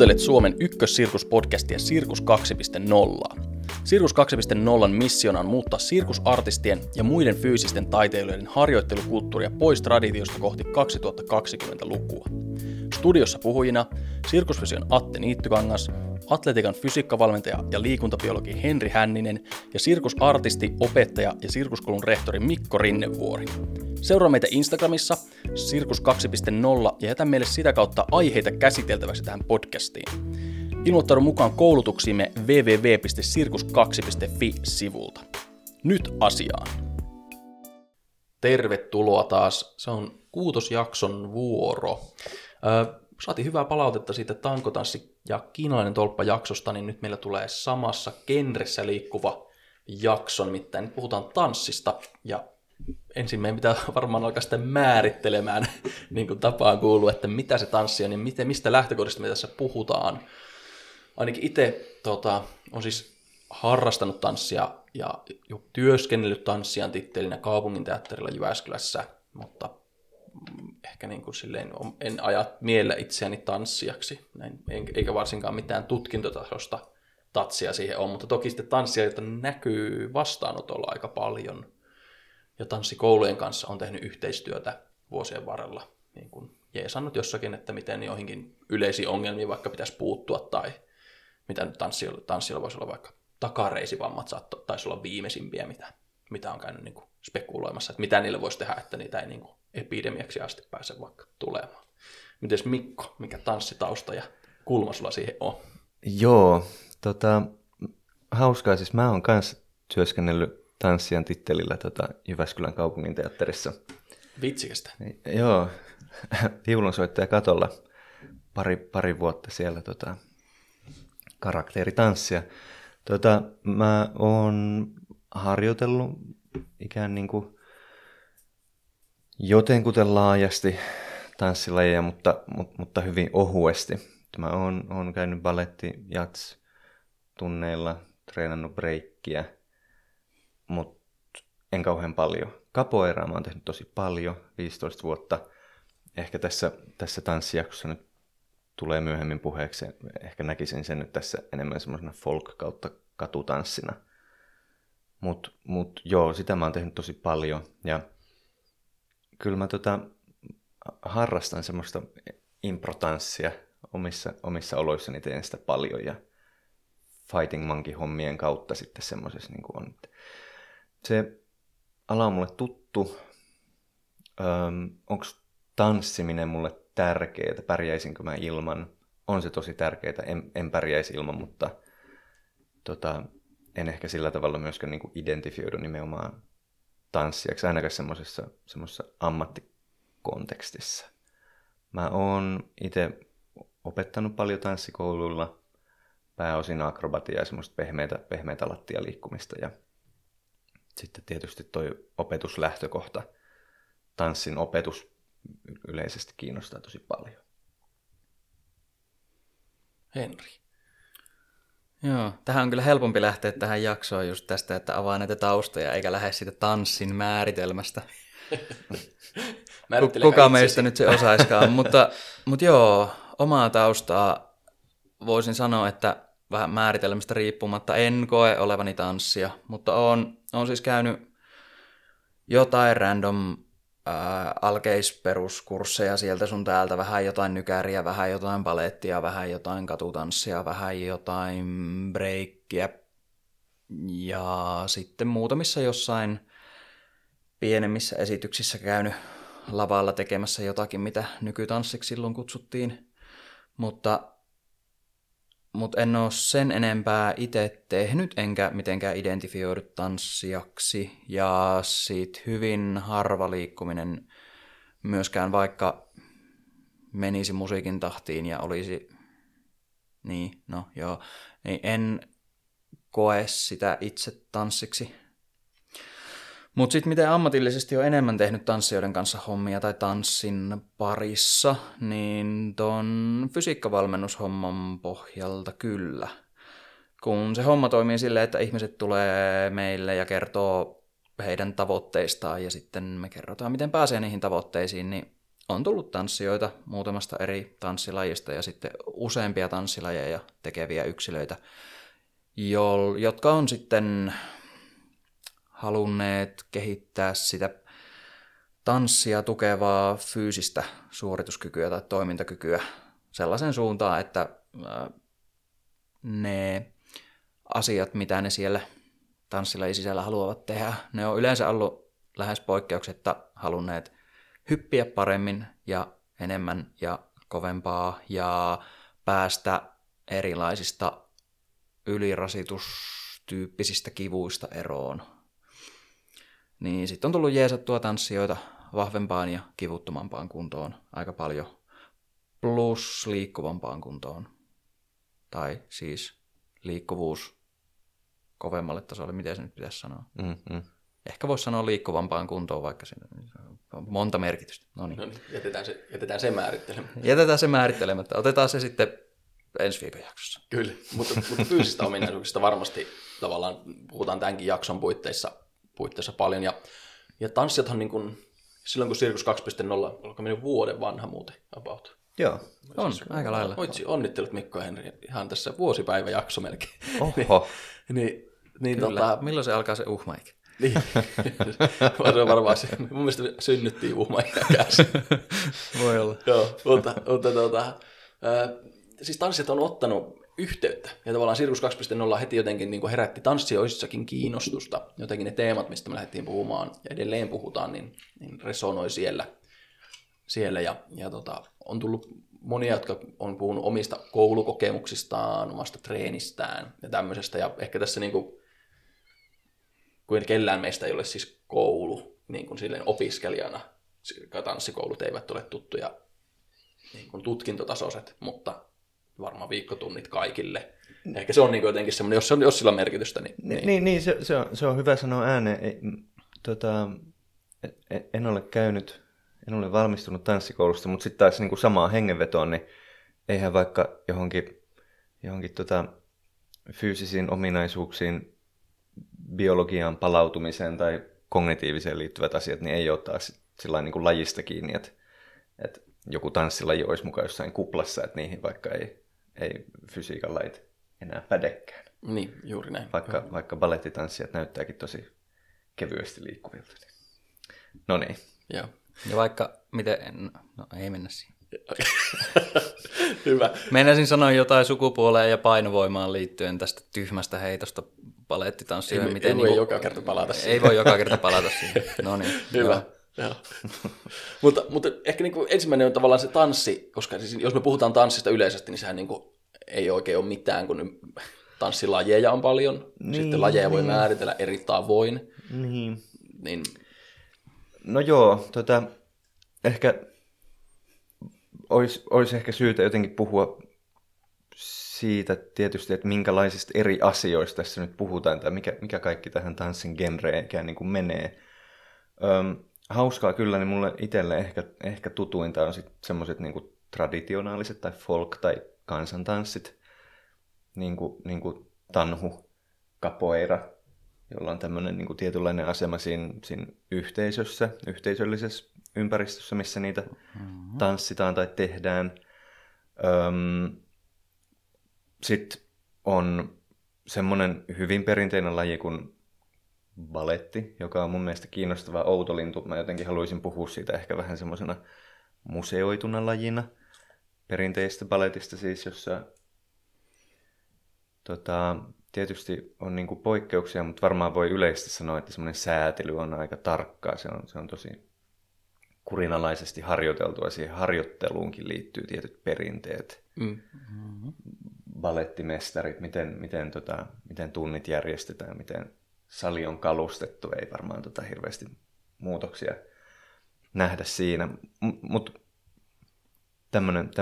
Kuuntelet Suomen ykkössirkuspodcastia Sirkus 2.0. Sirkus 2.0 missiona on muuttaa sirkusartistien ja muiden fyysisten taiteilijoiden harjoittelukulttuuria pois traditiosta kohti 2020-lukua. Studiossa puhujina Sirkusfysion Atte Niittykangas, atletiikan fysiikkavalmentaja ja liikuntabiologi Henri Hänninen ja sirkusartisti, opettaja ja sirkuskoulun rehtori Mikko Rinnevuori. Seuraa meitä Instagramissa Sirkus 2.0 ja jätä meille sitä kautta aiheita käsiteltäväksi tähän podcastiin. Ilmoittaudu mukaan koulutuksiimme www.sirkus2.fi-sivulta. Nyt asiaan. Tervetuloa taas. Se on 6. jakson vuoro. Saatiin hyvää palautetta siitä tankotanssi- ja kiinalainen tolppa-jaksosta, niin nyt meillä tulee samassa genressä liikkuva jakso. Nimittäin nyt puhutaan tanssista ja ensin meidän pitää varmaan alkaa sitä määrittelemään, niin kuin tapaan kuuluu, että mitä se tanssi on ja mistä lähtökohdista me tässä puhutaan. Ainakin itse on siis harrastanut tanssia ja jo työskennellyt tanssijan tittelinä kaupunginteatterilla Jyväskylässä, mutta ehkä niin kuin silleen en aja miellä itseäni tanssijaksi, eikä varsinkaan mitään tutkintotasosta tatsia siihen ole, mutta toki sitten tanssijoita näkyy vastaanotolla aika paljon. Ja tanssikoulujen kanssa on tehnyt yhteistyötä vuosien varrella, niin kuin jeesannut jossakin, että miten johonkin yleisiin ongelmiin vaikka pitäisi puuttua, tai mitä nyt tanssilla voisi olla vaikka takareisivammat, taisi olla viimeisimpiä, mitä on käynyt niin kuin spekuloimassa, että mitä niille voisi tehdä, että niitä ei niin kuin epidemiaksi asti pääse vaikka tulemaan. Mites Mikko, mikä tanssitausta ja kulma sulla siihen on? Joo, hauskaa, siis mä oon kanssa työskennellyt tanssijan tittelillä Jyväskylän kaupunginteatterissa. Vitsikästä. Joo, viulunsoittaja katolla pari vuotta siellä karakteritanssia. Mä oon harjoitellut ikään niin kuin jotenkuten laajasti tanssilajeja, mutta hyvin ohuesti. Mä oon käynyt baletti, jats tunneilla, treenannut breikkiä, mutta en kauhean paljon. Capoeiraa mä oon tehnyt tosi paljon, 15 vuotta. Ehkä tässä tanssijaksossa nyt tulee myöhemmin puheeksi. Ehkä näkisin sen nyt tässä enemmän semmoisena folk- kautta katutanssina. Mut joo, sitä mä oon tehnyt tosi paljon. Ja kyllä mä harrastan semmoista improtanssia omissa oloissani, teen sitä paljon. Ja Fighting Monkey-hommien kautta sitten semmoisessa niin kuin on. Se ala on mulle tuttu. Onko tanssiminen mulle tärkeää? Pärjäisinkö mä ilman? On se tosi tärkeää. En pärjäisi ilman, mutta en ehkä sillä tavalla myöskään niin kuin identifioidu nimenomaan tanssijaksi, ainakaan semmoisessa ammattikontekstissa. Mä oon itse opettanut paljon tanssikouluilla, pääosin akrobatiaa ja semmoista pehmeitä lattialiikkumista. Ja sitten tietysti toi opetuslähtökohta, tanssin opetus yleisesti kiinnostaa tosi paljon. Henri. Joo, tähän on kyllä helpompi lähteä tähän jaksoon just tästä, että avaa näitä taustoja eikä lähde siitä tanssin määritelmästä. Kuka meistä nyt se osaiskaan, mutta joo, omaa taustaa voisin sanoa, että vähän määritelmästä riippumatta en koe olevani tanssia, mutta on siis käynyt jotain random alkeisperuskursseja sieltä sun täältä, vähän jotain nykäriä, vähän jotain balettia, vähän jotain katutanssia, vähän jotain breikkiä ja sitten muutamissa jossain pienemmissä esityksissä käynyt lavalla tekemässä jotakin, mitä nykytanssiksi silloin kutsuttiin, mutta en ole sen enempää itse tehnyt, enkä mitenkään identifioidu tanssijaksi, ja siitä hyvin harva liikkuminen myöskään, vaikka menisi musiikin tahtiin ja olisi, niin en koe sitä itse tanssiksi. Mutta sitten miten ammatillisesti on enemmän tehnyt tanssijoiden kanssa hommia tai tanssin parissa, niin ton fysiikkavalmennushomman pohjalta kyllä. Kun se homma toimii silleen, että ihmiset tulee meille ja kertoo heidän tavoitteistaan ja sitten me kerrotaan, miten pääsee niihin tavoitteisiin, niin on tullut tanssijoita muutamasta eri tanssilajista ja sitten useampia tanssilajeja tekeviä yksilöitä, jotka on sitten halunneet kehittää sitä tanssia tukevaa fyysistä suorituskykyä tai toimintakykyä sellaisen suuntaan, että ne asiat, mitä ne siellä tanssilajin sisällä haluavat tehdä, ne on yleensä ollut lähes poikkeuksetta halunneet hyppiä paremmin ja enemmän ja kovempaa ja päästä erilaisista ylirasitustyyppisistä kivuista eroon. Niin sitten on tullut jeesattua tanssijoita vahvempaan ja kivuttomampaan kuntoon aika paljon, plus liikkuvampaan kuntoon. Tai siis liikkuvuus kovemmalle tasolle, miten se nyt pitäisi sanoa. Ehkä voisi sanoa liikkuvampaan kuntoon, vaikka siinä on monta merkitystä. Noniin. No niin, jätetään se määrittelemättä. Jätetään se määrittelemättä. Otetaan se sitten ensi viikon jaksossa. Kyllä, mutta fyysistä ominaisuuksista varmasti tavallaan puhutaan tämänkin jakson puitteissa paljon. Ja tanssijathan niin kuin, silloin kun Sirkus 2.0 alkoi mennä vuoden vanha muuten about. Joo, on aika lailla. Voitsi onnittelut Mikko ja Henri, ihan tässä vuosipäiväjakso melkein. Oho. niin, Kyllä. Milloin se alkaa se uhmaikä? Niin, se on varmaan se. Mun mielestä synnyttiin uhmaikä käsi. Voi olla. Joo, mutta siis tanssijat on ottanut yhteyttä. Ja tavallaan Sirkus 2.0 heti jotenkin niin kuin herätti tanssijoissakin kiinnostusta. Jotenkin ne teemat, mistä me lähdettiin puhumaan ja edelleen puhutaan, niin resonoi siellä. Ja on tullut monia, jotka on puhunut omista koulukokemuksistaan, omasta treenistään ja tämmöisestä. Ja ehkä tässä niin kuin kellään meistä ei ole siis koulu niin kuin silleen opiskelijana. Tanssikoulut eivät ole tuttuja niin kuin tutkintotasoiset, mutta varmaan viikkotunnit kaikille. Ehkä se on niin kuin jotenkin semmoinen, jos sillä on merkitystä. Niin se on hyvä sanoa ääneen. En ole valmistunut tanssikoulusta, mutta sitten taas niin kuin samaan hengenvetoon, niin eihän vaikka johonkin fyysisiin ominaisuuksiin, biologiaan palautumiseen tai kognitiiviseen liittyvät asiat, niin ei ole taas sillä niin kuin lajista kiinni, että joku tanssilaji olisi mukaan jossain kuplassa, että niihin vaikka ei fysiikan lajit enää pädekään. Niin, juuri näin. Vaikka balettitanssijat näyttääkin tosi kevyesti liikkuvilta. No niin. Joo. Ja vaikka, no ei mennä siihen. Hyvä. Meinasin sanoa jotain sukupuoleen ja painovoimaan liittyen tästä tyhmästä heitosta balettitanssijoihin. Ei voi joka kerta palata siihen. Ei voi joka kerta palata siihen. No niin. Hyvä. Joo. mutta ehkä niin kuin ensimmäinen on tavallaan se tanssi, koska siis jos me puhutaan tanssista yleisesti, niin sehän niin kuin ei oikein ole mitään, kun tanssilajeja on paljon. Niin, sitten lajeja voi määritellä eri tavoin. Niin. No joo, ehkä olisi ehkä syytä jotenkin puhua siitä tietysti, että minkälaisista eri asioista tässä nyt puhutaan, tai mikä kaikki tähän tanssin genreen ikään niin kuin menee. Hauskaa kyllä, niin mulle itselle ehkä tutuinta on sitten semmoiset niin kuin traditionaaliset tai folk- tai kansantanssit, niin kuin tanhu, capoeira, jolla on tämmöinen niin kuin tietynlainen asema siinä yhteisöllisessä ympäristössä, missä niitä tanssitaan tai tehdään. Sitten on semmoinen hyvin perinteinen laji kuin baletti, joka on mun mielestä kiinnostava outolintu. Mä jotenkin haluaisin puhua siitä ehkä vähän semmoisena museoituna lajina. Perinteistä baletista siis, jossa tietysti on niinku poikkeuksia, mutta varmaan voi yleisesti sanoa, että semmoinen säätely on aika tarkkaa. Se on tosi kurinalaisesti harjoiteltua. Siihen harjoitteluunkin liittyy tietyt perinteet. Balettimestarit, miten tunnit järjestetään, miten sali on kalustettu. Ei varmaan hirveästi muutoksia nähdä siinä. Mutta tämmöinen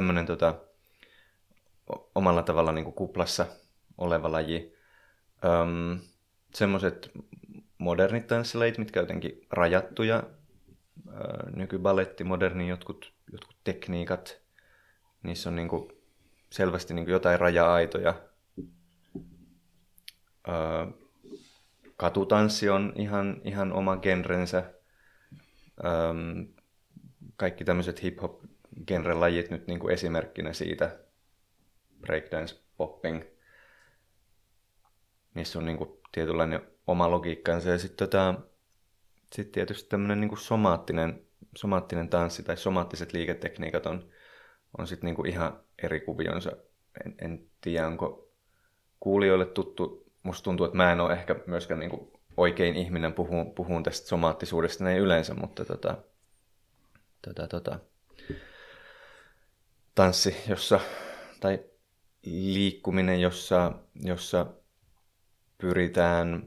omalla tavalla niinku kuplassa oleva laji. Semmoiset modernit tanssilajit, mitkä on jotenkin rajattuja. Nykybaletti, moderni jotkut tekniikat. Niissä on niinku selvästi niinku jotain raja-aitoja. Katutanssi on ihan oma genrensä. kaikki tämmöiset hip-hop-genrelajit nyt niin kuin esimerkkinä siitä, breakdance, popping, niissä on niin kuin tietynlainen oma logiikkansa. Ja sitten sit tietysti tämmöinen niin kuin somaattinen tanssi tai somaattiset liiketekniikat on sitten niin kuin ihan eri kuvionsa. En tiedä, onko kuulijoille tuttu. Musta tuntuu, että mä en ole ehkä myöskään niin kuin oikein ihminen puhun tästä somaattisuudesta näin yleensä, mutta tanssi, tai liikkuminen, jossa pyritään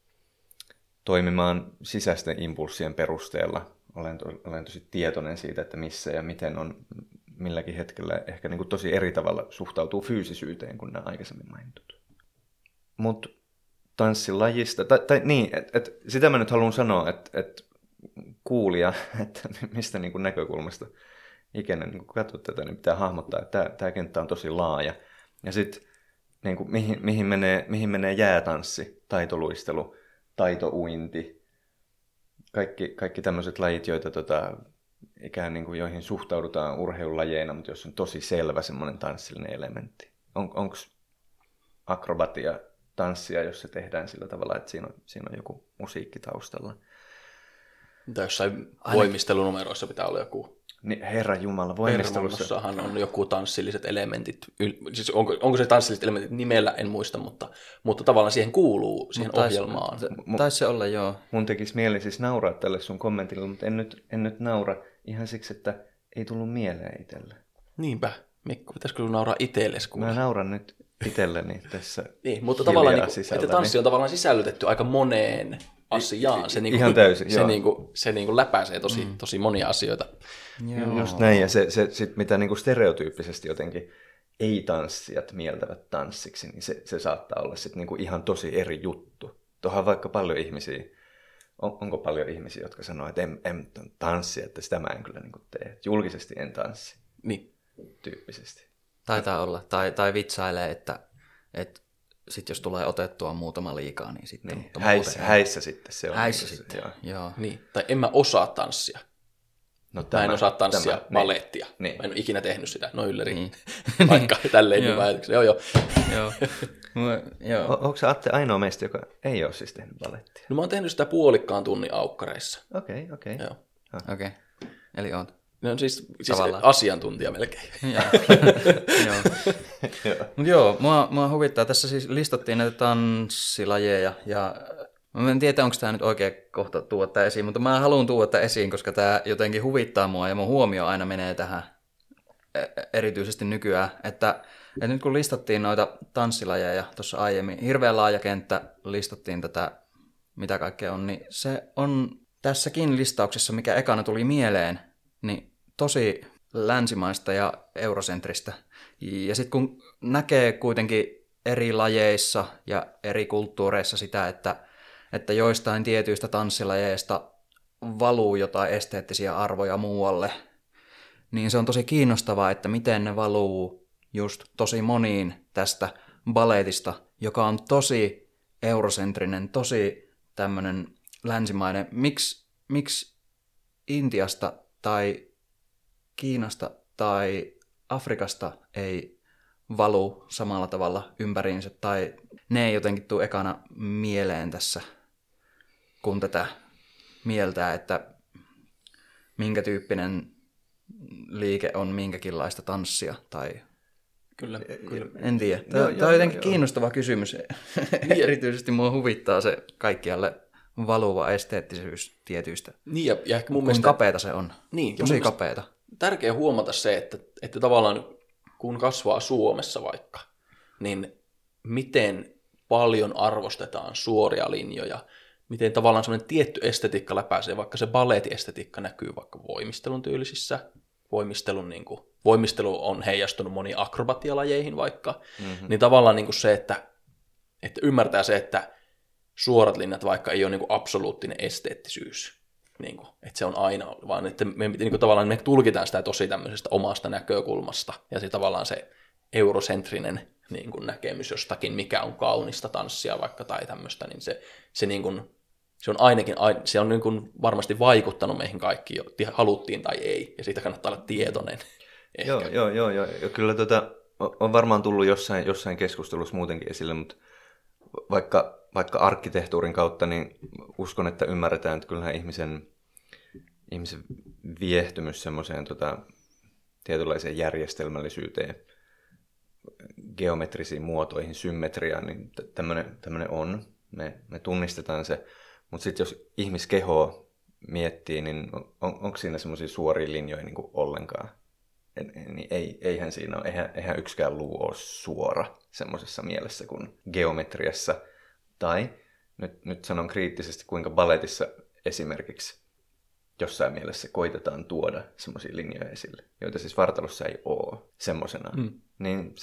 toimimaan sisäisten impulssien perusteella. Olen tosi tietoinen siitä, että missä ja miten on milläkin hetkellä ehkä niin kuin tosi eri tavalla suhtautuu fyysisyyteen kuin nämä aikaisemmin mainitut. Mutta tanssilajista, tai niin, että sitä mä nyt haluan sanoa, että kuulija, että mistä niin kuin näkökulmasta ikinä niin kun katsot tätä, niin pitää hahmottaa, että tämä kenttä on tosi laaja. Ja sitten niin kuin, mihin menee jäätanssi, taitoluistelu, taitouinti, kaikki tämmöiset lajit, joita ikään niin kuin, joihin suhtaudutaan urheilulajeina, mutta jos on tosi selvä semmoinen tanssillinen elementti. Onko akrobatia tanssia, jos se tehdään sillä tavalla, että siinä on joku musiikki taustalla? Tai jossain voimistelunumeroissa pitää olla joku. Niin, Herra Jumala, voimistelussahan on joku tanssilliset elementit. Siis onko se tanssilliset elementit nimellä, en muista, mutta tavallaan siihen kuuluu, siihen ohjelmaan. Taisi se olla, joo. Mun tekisi mieli siis nauraa tälle sun kommentille, mutta en nyt naura ihan siksi, että ei tullut mieleen itselle. Niinpä. Mikko, pitäisikö nauraa itsellesi? Mä nauran nyt itselleni tässä niin, mutta tavallaan, että tanssi on tavallaan sisällytetty aika moneen asiaan. Se ihan täysin, se läpäisee tosi monia asioita. Joo. Just näin, ja se sit, mitä niin kuin stereotyyppisesti jotenkin ei-tanssijat mieltävät tanssiksi, niin se saattaa olla sit niin kuin ihan tosi eri juttu. Tuohan vaikka paljon ihmisiä, onko paljon ihmisiä, jotka sanoo, että en tanssi, että sitä mä en kyllä niin kuin tee. Julkisesti en tanssi. Niin. Tyyppisesti. Taitaa olla. Tai vitsailee, että sitten jos tulee otettua muutama liikaa, niin sitten... Niin. Häissä sitten se on. Häissä niin sitten, joo. Niin. Tai en mä osaa tanssia. No, mä en osaa tanssia balettia. Niin. Mä en ole ikinä tehnyt sitä. No ylläri. Niin. Vaikka tälleen hyvä ajatuksia. Joo. Joo. Onko sä Atte ainoa meistä, joka ei ole siis tehnyt balettia? No mä oon tehnyt sitä puolikkaan tunnin aukkareissa. Okei. Joo. Okei. Eli oot. No siis asiantuntija melkein. Mutta joo, mua huvittaa. Tässä siis listattiin näitä tanssilajeja ja mä en tiedä, onko tämä nyt oikea kohta tuoda tämä esiin, mutta mä haluan tuoda tämä esiin, koska tämä jotenkin huvittaa mua ja mun huomio aina menee tähän erityisesti nykyään, että nyt kun listattiin noita tanssilajeja tuossa aiemmin, hirveän laaja kenttä listattiin tätä, mitä kaikkea on, niin se on tässäkin listauksessa, mikä ekana tuli mieleen, niin tosi länsimaista ja eurosentristä. Ja sitten kun näkee kuitenkin eri lajeissa ja eri kulttuureissa sitä, että joistain tietyistä tanssilajeista valuu jotain esteettisiä arvoja muualle, niin se on tosi kiinnostavaa, että miten ne valuu just tosi moniin tästä baletista, joka on tosi eurosentrinen, tosi tämmöinen länsimainen. Miksi Intiasta tai Kiinasta tai Afrikasta ei valu samalla tavalla ympäriinsä, tai ne ei jotenkin tule ekana mieleen tässä, kun tätä mieltää, että minkä tyyppinen liike on minkäkinlaista tanssia, tai Kyllä. En tiedä. Tämä on jotenkin kiinnostava kysymys. Erityisesti mua huvittaa se kaikkialle valuva esteettisyys tietyistä. Niin, ja ehkä mun mielestä kapeata se on. Niin, tosi kapeata. Tärkeää huomata se, että tavallaan kun kasvaa Suomessa vaikka, niin miten paljon arvostetaan suoria linjoja, miten tavallaan semmoinen tietty estetiikka läpäisee, vaikka se baletiestetiikka näkyy vaikka voimistelun tyylisissä. Voimistelu on heijastunut moniin akrobatialajeihin vaikka, niin tavallaan niin kuin se, että ymmärtää se, että suorat linjat vaikka ei ole niin kuin absoluuttinen esteettisyys, niin kuin, että se on aina, vaan että me tulkitaan sitä tosi tämmöisestä omasta näkökulmasta, ja se tavallaan se eurosentrinen niin kuin näkemys jostakin, mikä on kaunista tanssia vaikka tai tämmöistä, niin se niin kuin se on ainakin, se on niin kuin varmasti vaikuttanut meihin kaikkiin, haluttiin tai ei, ja siitä kannattaa olla tietoinen. Joo. Ja kyllä on varmaan tullut jossain keskustelussa muutenkin esille, mutta vaikka arkkitehtuurin kautta, niin uskon, että ymmärretään, että kyllähän ihmisen viehtymys semmoiseen tietynlaiseen järjestelmällisyyteen, geometrisiin muotoihin, symmetriaan, niin tämmöinen on. Me tunnistetaan se. Mutta sitten jos ihmiskehoa miettii, niin onko siinä semmoisia suoria linjoja niin kuin ollenkaan? Niin eihän siinä ole, eihän yksikään luu ole suora semmoisessa mielessä kuin geometriassa. Tai nyt sanon kriittisesti, kuinka baletissa esimerkiksi jossain mielessä koitetaan tuoda semmoisia linjoja esille, joita siis vartalossa ei ole semmoisenaan. Niin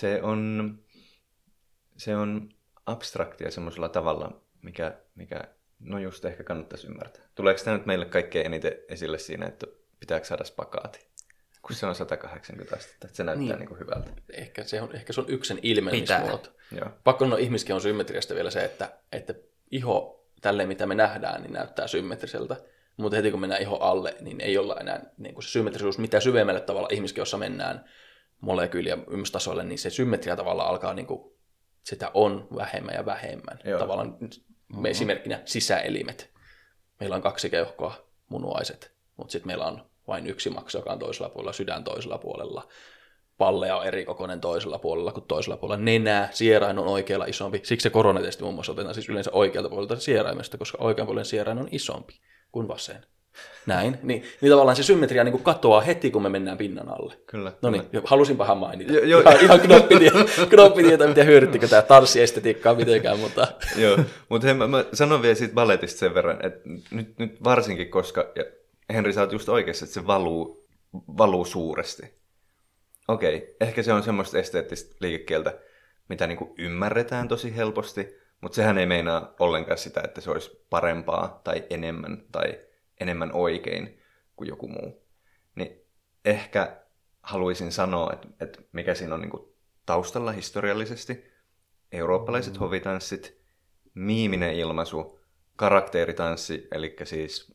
se on abstraktia semmoisella tavalla, mikä no just ehkä kannattaisi ymmärtää. Tuleeko tämä nyt meille kaikkein eniten esille siinä, että pitääkö saada spagaati? Kun se on 180 astetta, että se näyttää niin kuin hyvältä. Ehkä se on yksen ilmenemismuoto. Pakko on ihmiskehon symmetriasta vielä se, että iho, tälleen mitä me nähdään, niin näyttää symmetriseltä. Mutta heti kun mennään ihon alle, niin ei olla enää niin kuin se symmetrisuus, mitä syvemmälle tavalla ihmiskehossa mennään molekyyliä ympäristasoille, niin se symmetria tavallaan alkaa, niin kuin, sitä on vähemmän ja vähemmän. Joo. Tavallaan esimerkkinä sisäelimet. Meillä on 2 keuhkoa, munuaiset, mutta sitten meillä on vain yksi maksa, joka on toisella puolella, sydän toisella puolella. Pallea on eri kokoinen toisella puolella kuin toisella puolella. Nenä, sierain on oikealla isompi. Siksi se koronatesti muun muassa otetaan siis yleensä oikealta puolelta sieraimesta, koska oikean puolen sierain on isompi kuin vasen. Näin. Niin tavallaan se symmetria niin kuin katoaa heti, kun me mennään pinnan alle. Kyllä. No niin, halusinpahan mainita. Ihan knoppitietä, miten hyödyttikö tämä tanssiestetiikkaa mitenkään, mutta... Joo, mutta mä sanon vielä siitä balletista sen verran, että nyt varsinkin, koska... Henri, sä oot just oikeassa, että se valuu suuresti. Okei, ehkä se on semmoista esteettistä liikekieltä, mitä niinku ymmärretään tosi helposti, mutta sehän ei meinaa ollenkaan sitä, että se olisi parempaa tai enemmän oikein kuin joku muu. Niin ehkä haluaisin sanoa, että mikä siinä on niinku taustalla historiallisesti. Eurooppalaiset hovitanssit, miiminen ilmaisu, karakteeritanssi, eli siis...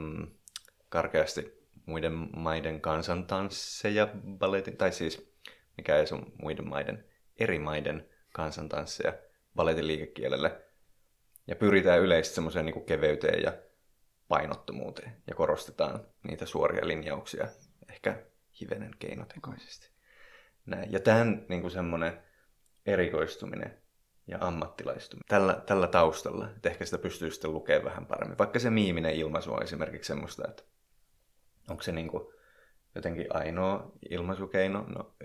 karkeasti muiden maiden kansantansseja, balletin, tai siis mikä ei sun muiden maiden, eri maiden kansantansseja balletin liikekielelle. Ja pyritään yleisesti semmoiseen niin kuin keveyteen ja painottomuuteen, ja korostetaan niitä suoria linjauksia, ehkä hivenen keinotekoisesti. Näin. Ja tämän niin kuin semmoinen erikoistuminen ja ammattilaistuminen tällä taustalla, että ehkä sitä pystyy sitten lukemaan vähän paremmin. Vaikka se miiminen ilmaisu on esimerkiksi semmoista, että onko se niinku jotenkin ainoa ilmaisukeino? No,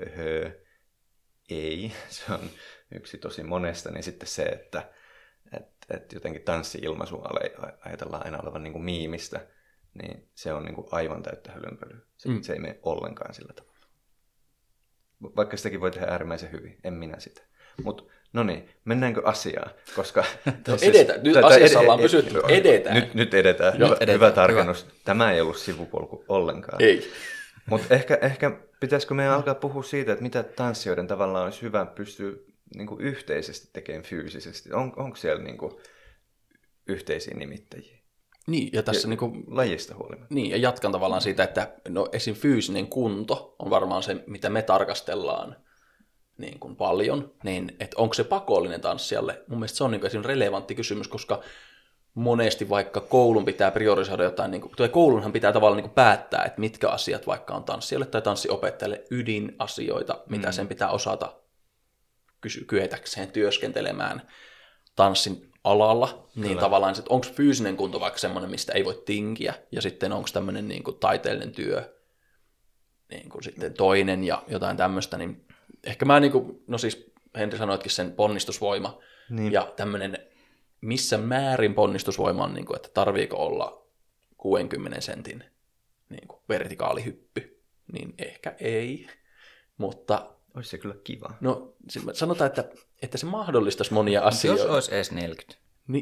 ei. Se on yksi tosi monesta. Niin sitten se, että jotenkin tanssi-ilmaisu ajatellaan aina olevan niinku miimistä, niin se on niinku aivan täyttä hölynpölyä. Se ei mene ollenkaan sillä tavalla. Vaikka sitäkin voi tehdä äärimmäisen hyvin. En minä sitä. Mutta no niin, mennäänkö asiaan? Koska edetään. Nyt asiassa ollaan pysytty. Edetään. Nyt edetään. Hyvä tarkennus. Hyvä. Tämä ei ollut sivupolku ollenkaan. Ei. Mutta ehkä pitäisikö meidän alkaa puhua siitä, että mitä tanssijoiden tavallaan olisi hyvä pystyä niinku yhteisesti tekemään fyysisesti. Onko siellä niinku yhteisiä nimittäjiä? Niin, ja tässä lajista huolimatta. Niin, ja jatkan tavallaan siitä, että esim. Fyysinen kunto on varmaan se, mitä me tarkastellaan niin kuin paljon, niin että onko se pakollinen tanssijalle? Mun mielestä se on niin kuin relevantti kysymys, koska monesti vaikka koulun pitää priorisoida jotain, niin kuin, koulunhan pitää tavallaan niin kuin päättää, että mitkä asiat vaikka on tanssijalle tai tanssiopettajalle ydinasioita, mitä sen pitää osata kyetäkseen työskentelemään tanssin alalla, niin kyllä. Tavallaan, että onko fyysinen kunto vaikka semmoinen, mistä ei voi tinkiä, ja sitten onko tämmöinen niin kuin taiteellinen työ niin kuin sitten toinen ja jotain tämmöistä, niin ehkä mä niin kuin, no siis Henri sanoitkin sen ponnistusvoima niin. Ja tämmöinen, missä määrin ponnistusvoima on, niin kuin, että tarviiko olla 60 sentin niin kuin vertikaalihyppy, niin ehkä ei, mutta... Olisi se kyllä kiva. No sanotaan, että se mahdollistaisi monia asioita. Jos olisi edes 40. Niin.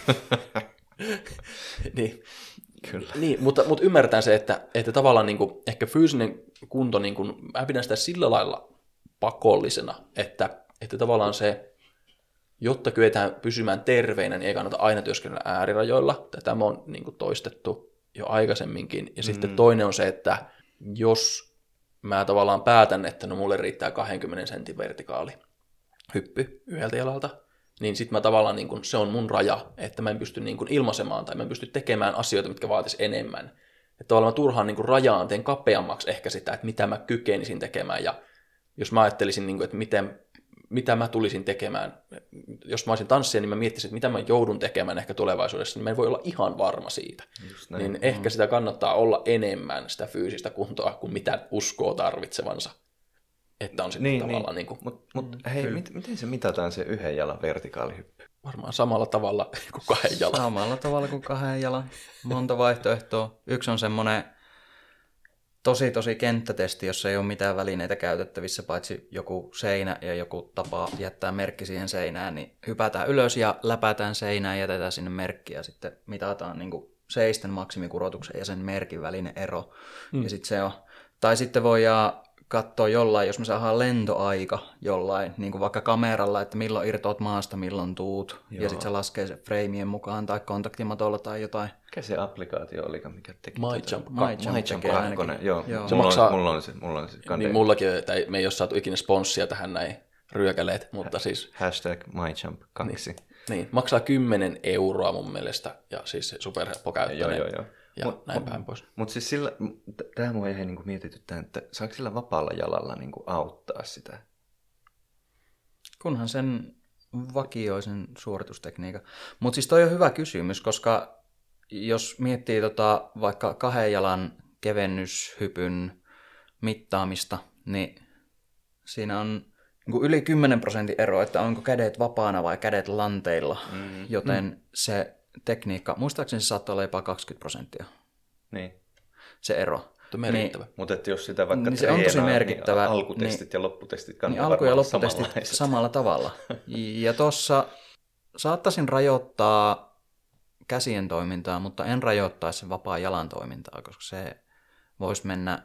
Niin. Kyllä. Niin, mutta ymmärretään se, että tavallaan niin kuin, ehkä fyysinen kunto, niin kuin, mä pidän sitä sillä lailla pakollisena, että tavallaan se jotta kyetään pysymään terveinä, niin ei kannata aina työskennellä äärirajoilla. Tätä me on niin kuin toistettu jo aikaisemminkin. Ja sitten toinen on se, että jos mä tavallaan päätän, että no mulle riittää 20 sentin vertikaali hyppy yhdeltä jalalta, niin sitten mä tavallaan, niin kun, se on mun raja, että mä en pysty niin kun ilmaisemaan tai mä en pysty tekemään asioita, mitkä vaatis enemmän. Että tavallaan mä turhaan niin kun rajaan, teen kapeammaksi ehkä sitä, että mitä mä kykenisin tekemään. Ja jos mä ajattelisin, niin kun, että mitä mä tulisin tekemään, jos mä olisin tanssija, niin mä miettisin, että mitä mä joudun tekemään ehkä tulevaisuudessa, niin mä en voi olla ihan varma siitä. Niin ehkä sitä kannattaa olla enemmän sitä fyysistä kuntoa kuin mitä uskoo tarvitsevansa. Että on sitten tavallaan niin kuin... Mutta hei, miten se mitataan se yhden jalan vertikaalihyppy? Varmaan samalla tavalla kuin 2 jalan. Samalla tavalla kuin 2 jalan. Monta vaihtoehtoa. Yksi on semmoinen tosi kenttätesti, jossa ei ole mitään välineitä käytettävissä, paitsi joku seinä ja joku tapa jättää merkki siihen seinään, niin hypätään ylös ja läpätään seinään ja jätetään sinne merkki ja sitten mitataan niin kuin seisten maksimikurotuksen ja sen merkin välinen ero. Ja sitten se on, tai sitten voidaan katsoa jollain, jos me saadaan lentoaika jollain, niin kuin vaikka kameralla, että milloin irtoat maasta, milloin tuut, ja sitten se laskee se freimien mukaan tai kontaktimatolla tai jotain. Mikä se applikaatio olikaan, mikä teki? MyJump. MyJump 2, joo. Se maksaa, mulla on se niin mullakin, tai me ei ole saatu ikinä sponssia tähän näin ryökäleet, mutta siis... Hashtag MyJump 2. Niin, maksaa 10 € mun mielestä, ja siis superhelppo käyttöinen. Joo. Ja näin päin pois. Mutta siis sillä, tämä mua ei niinku mietityttää, että saako sillä vapaalla jalalla niinku auttaa sitä? Kunhan sen vakioisen suoritustekniikan. Mutta siis toi on hyvä kysymys, koska jos miettii vaikka 2 jalan kevennyshypyn mittaamista, niin siinä on niinku yli 10% ero, että onko kädet vapaana vai kädet lanteilla, joten se tekniikka, muistaakseni se saattaa olla jopa 20%. Niin. Se ero. Merkittävä. Niin, mutta että jos sitä vaikka niin se on tosi merkittävä. Niin alkutestit ja lopputestit kannattaa niin alku- ja lopputestit samalla tavalla. Ja tuossa saattaisin rajoittaa käsien toimintaa, mutta en rajoittaisi sen vapaa jalan toimintaa, koska se voisi mennä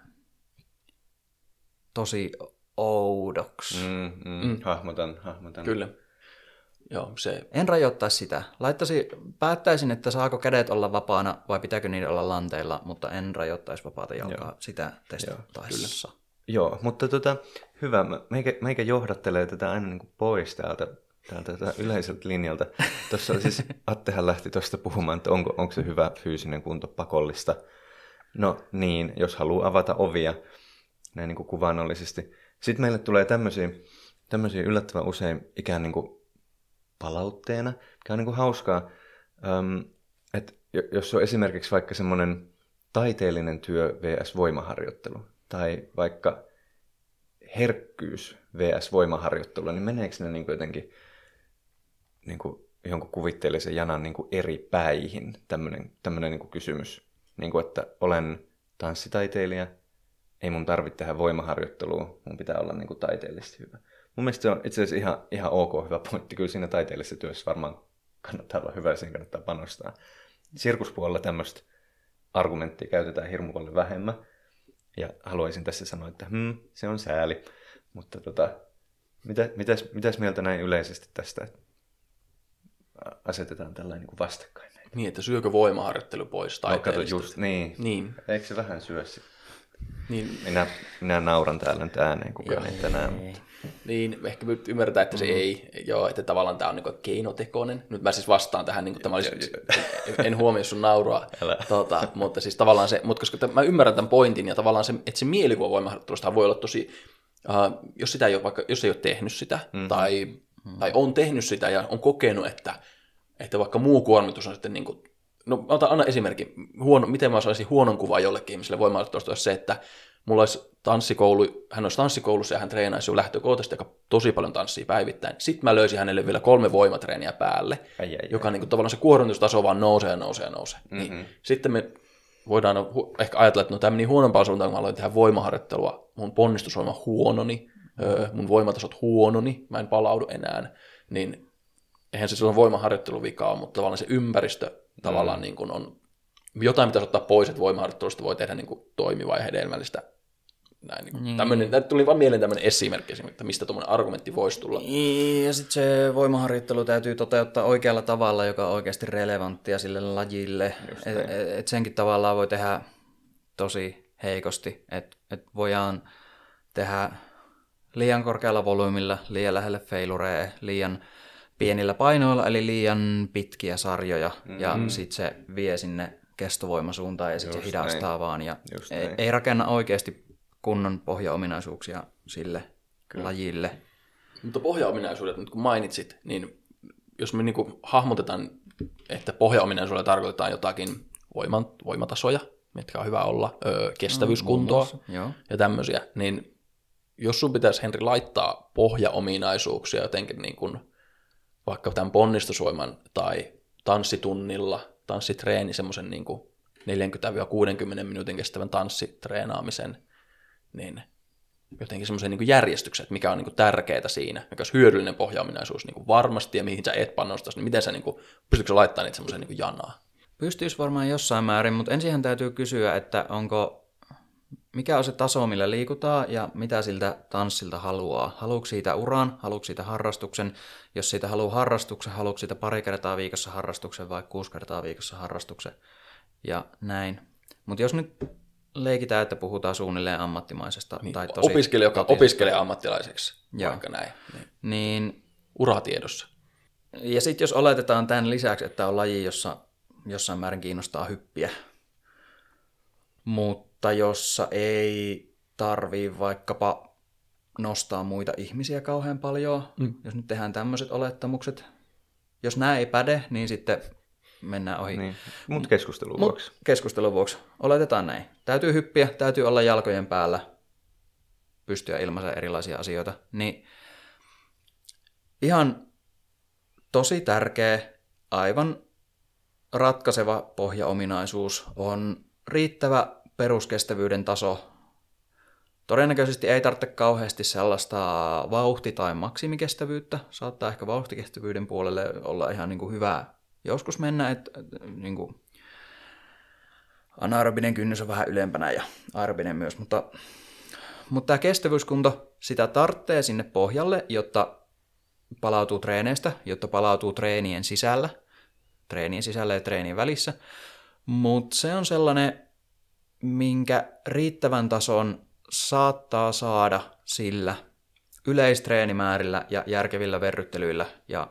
tosi oudoksi. Hahmotan. Kyllä. Joo, se... En rajoittaisi sitä. Päättäisin, että saako kädet olla vapaana vai pitääkö niiden olla lanteilla, mutta en rajoittaisi vapaata jalkaa sitä testattaessa. Joo, mutta hyvä. Meikä johdattelee tätä aina niin kuin pois täältä yleiseltä linjalta. Tuossa siis Attehan lähti tuosta puhumaan, että onko se hyvä fyysinen kunto pakollista. No niin, jos haluaa avata ovia, näin niin kuin kuvaannollisesti. Sitten meille tulee tämmöisiä yllättävän usein ikään niin kuin palautteena, mikä on niin kuin hauskaa, että jos on esimerkiksi vaikka semmoinen taiteellinen työ vs. voimaharjoittelu, tai vaikka herkkyys vs. voimaharjoittelu, niin meneekö ne niin kuin jotenkin niin kuin jonkun kuvitteellisen janan niin kuin eri päihin, tämmöinen niin kuin kysymys, niin kuin, että olen tanssitaiteilija, ei mun tarvitse tehdä voimaharjoittelua, mun pitää olla niin kuin taiteellisesti hyvä. Mun mielestä se on itse asiassa ihan ok hyvä pointti. Kyllä siinä taiteellisessa työssä varmaan kannattaa olla hyvä ja siihen kannattaa panostaa. Sirkuspuolella tämmöistä argumenttia käytetään hirmu paljon vähemmän. Ja haluaisin tässä sanoa, että se on sääli. Mutta mitäs mieltä näin yleisesti tästä, että asetetaan tällainen niin vastakkain? Niin, että syökö voimaharjoittelu pois taiteellisesti? No kato just, niin. Eikö se vähän syö sitten? Niin. Minä nauran täällä nyt ääneen, kukaan ei tänään. Mutta... Niin, ehkä ymmärretään, että se ei, joo, että tavallaan tämä on niin keinotekoinen. Nyt mä siis vastaan tähän, niin tämä olisi, en huomioi sun naurua, mutta siis tavallaan se, mutta koska mä ymmärrän tämän pointin ja tavallaan se, että se mielikuva voimaharjoittelusta voi olla tosi, jos sitä ei ole, vaikka, jos ei ole tehnyt sitä tai on tehnyt sitä ja on kokenut, että vaikka muu kuormitus on sitten niin kuin, no anna esimerkki, miten mä saisin huonon kuvan jollekin ihmiselle voimaharjoittelusta, olisi se, että mulla olisi hän olisi tanssikoulussa ja hän treenaisi jo lähtökohtaisesti tosi paljon tanssia päivittäin. Sitten mä löysin hänelle vielä 3 voimatreeniä päälle, joka niin kuin, tavallaan se kuormitustaso vaan nousee. Niin, sitten me voidaan ehkä ajatella, että no tämä meni huonompaan suuntaan, kun mä aloin tehdä voimaharjoittelua. Mun ponnistusvoima huononi, mun voimatasot huononi, mä en palaudu enää. Niin eihän se silloin voimaharjoittelun vika ole, mutta tavallaan se ympäristö tavallaan niin kuin on jotain pitäisi ottaa pois, että voimaharjoittelusta voi tehdä niin kuin toimivaa ja hedelmällistä näin, niin. Tuli vaan mieleen tämmöinen esimerkki, että mistä tuommoinen argumentti voisi tulla. Ja sitten se voimaharjoittelu täytyy toteuttaa oikealla tavalla, joka on oikeasti relevanttia sille lajille. Et senkin tavallaan voi tehdä tosi heikosti, että voidaan tehdä liian korkealla volyymilla, liian lähelle feilureja, liian pienillä painoilla, eli liian pitkiä sarjoja, ja sitten se vie sinne kestovoimasuuntaan ja sitten se hidastaa näin. Vaan, ja ei rakenna oikeasti kunnon pohjaominaisuuksia sille lajille. Mutta pohjaominaisuudet, nyt kun mainitsit, niin jos me niin kuin hahmotetaan, että pohjaominaisuudella tarkoitetaan jotakin voimatasoja, mitkä on hyvä olla, kestävyyskuntoa ja tämmöisiä, niin jos sun pitäisi, Henri, laittaa pohjaominaisuuksia jotenkin niin kuin vaikka tämän ponnistusvoiman tai tanssitreeni, semmoisen niin kuin 40-60 minuutin kestävän tanssitreenaamisen, niin jotenkin semmoisen niin kuin järjestyksen, että mikä on niin kuin tärkeää siinä, mikä olisi hyödyllinen pohjaominaisuus niin kuin varmasti ja mihin sä et panostaisi, niin miten sä, niin kuin, pystytkö sä laittamaan niitä semmoisen niin kuin janaa? Pystyisi varmaan jossain määrin, mutta ensinhän täytyy kysyä, että mikä on se taso, millä liikutaan ja mitä siltä tanssilta haluaa. Haluatko siitä uran, haluatko siitä harrastuksen? Jos siitä haluaa harrastuksen, haluatko siitä 2 kertaa viikossa harrastuksen vai 6 kertaa viikossa harrastuksen? Ja näin. Mutta jos nyt leikitään, että puhutaan suunnilleen ammattimaisesta niin, tai tosi... Opiskelija, joka opiskelee ammattilaiseksi, vaikka näin. Niin, uratiedossa. Ja sitten jos oletetaan tämän lisäksi, että on laji, jossa jossain määrin kiinnostaa hyppiä, mutta jossa ei tarvii vaikkapa nostaa muita ihmisiä kauhean paljon, jos nyt tehdään tämmöiset olettamukset. Jos nämä ei päde, niin sitten mennään ohi. Niin. Mutta keskustelun vuoksi. Keskustelun vuoksi. Oletetaan näin. Täytyy hyppiä, täytyy olla jalkojen päällä, pystyä ilmaisemaan erilaisia asioita. Niin ihan tosi tärkeä, aivan ratkaiseva pohjaominaisuus on riittävä peruskestävyyden taso. Todennäköisesti ei tarvitse kauheasti sellaista vauhti- tai maksimikestävyyttä. Saattaa ehkä vauhtikestävyyden puolelle olla ihan niin kuin hyvä joskus mennä, että niin kuin anaerobinen kynnys on vähän ylempänä ja aerobinen myös, mutta tämä kestävyyskunto, sitä tarvitsee sinne pohjalle, jotta palautuu treeneistä, jotta palautuu treenien sisällä ja treenien välissä, mutta se on sellainen, minkä riittävän tason saattaa saada sillä yleistreenimäärillä ja järkevillä verryttelyillä, ja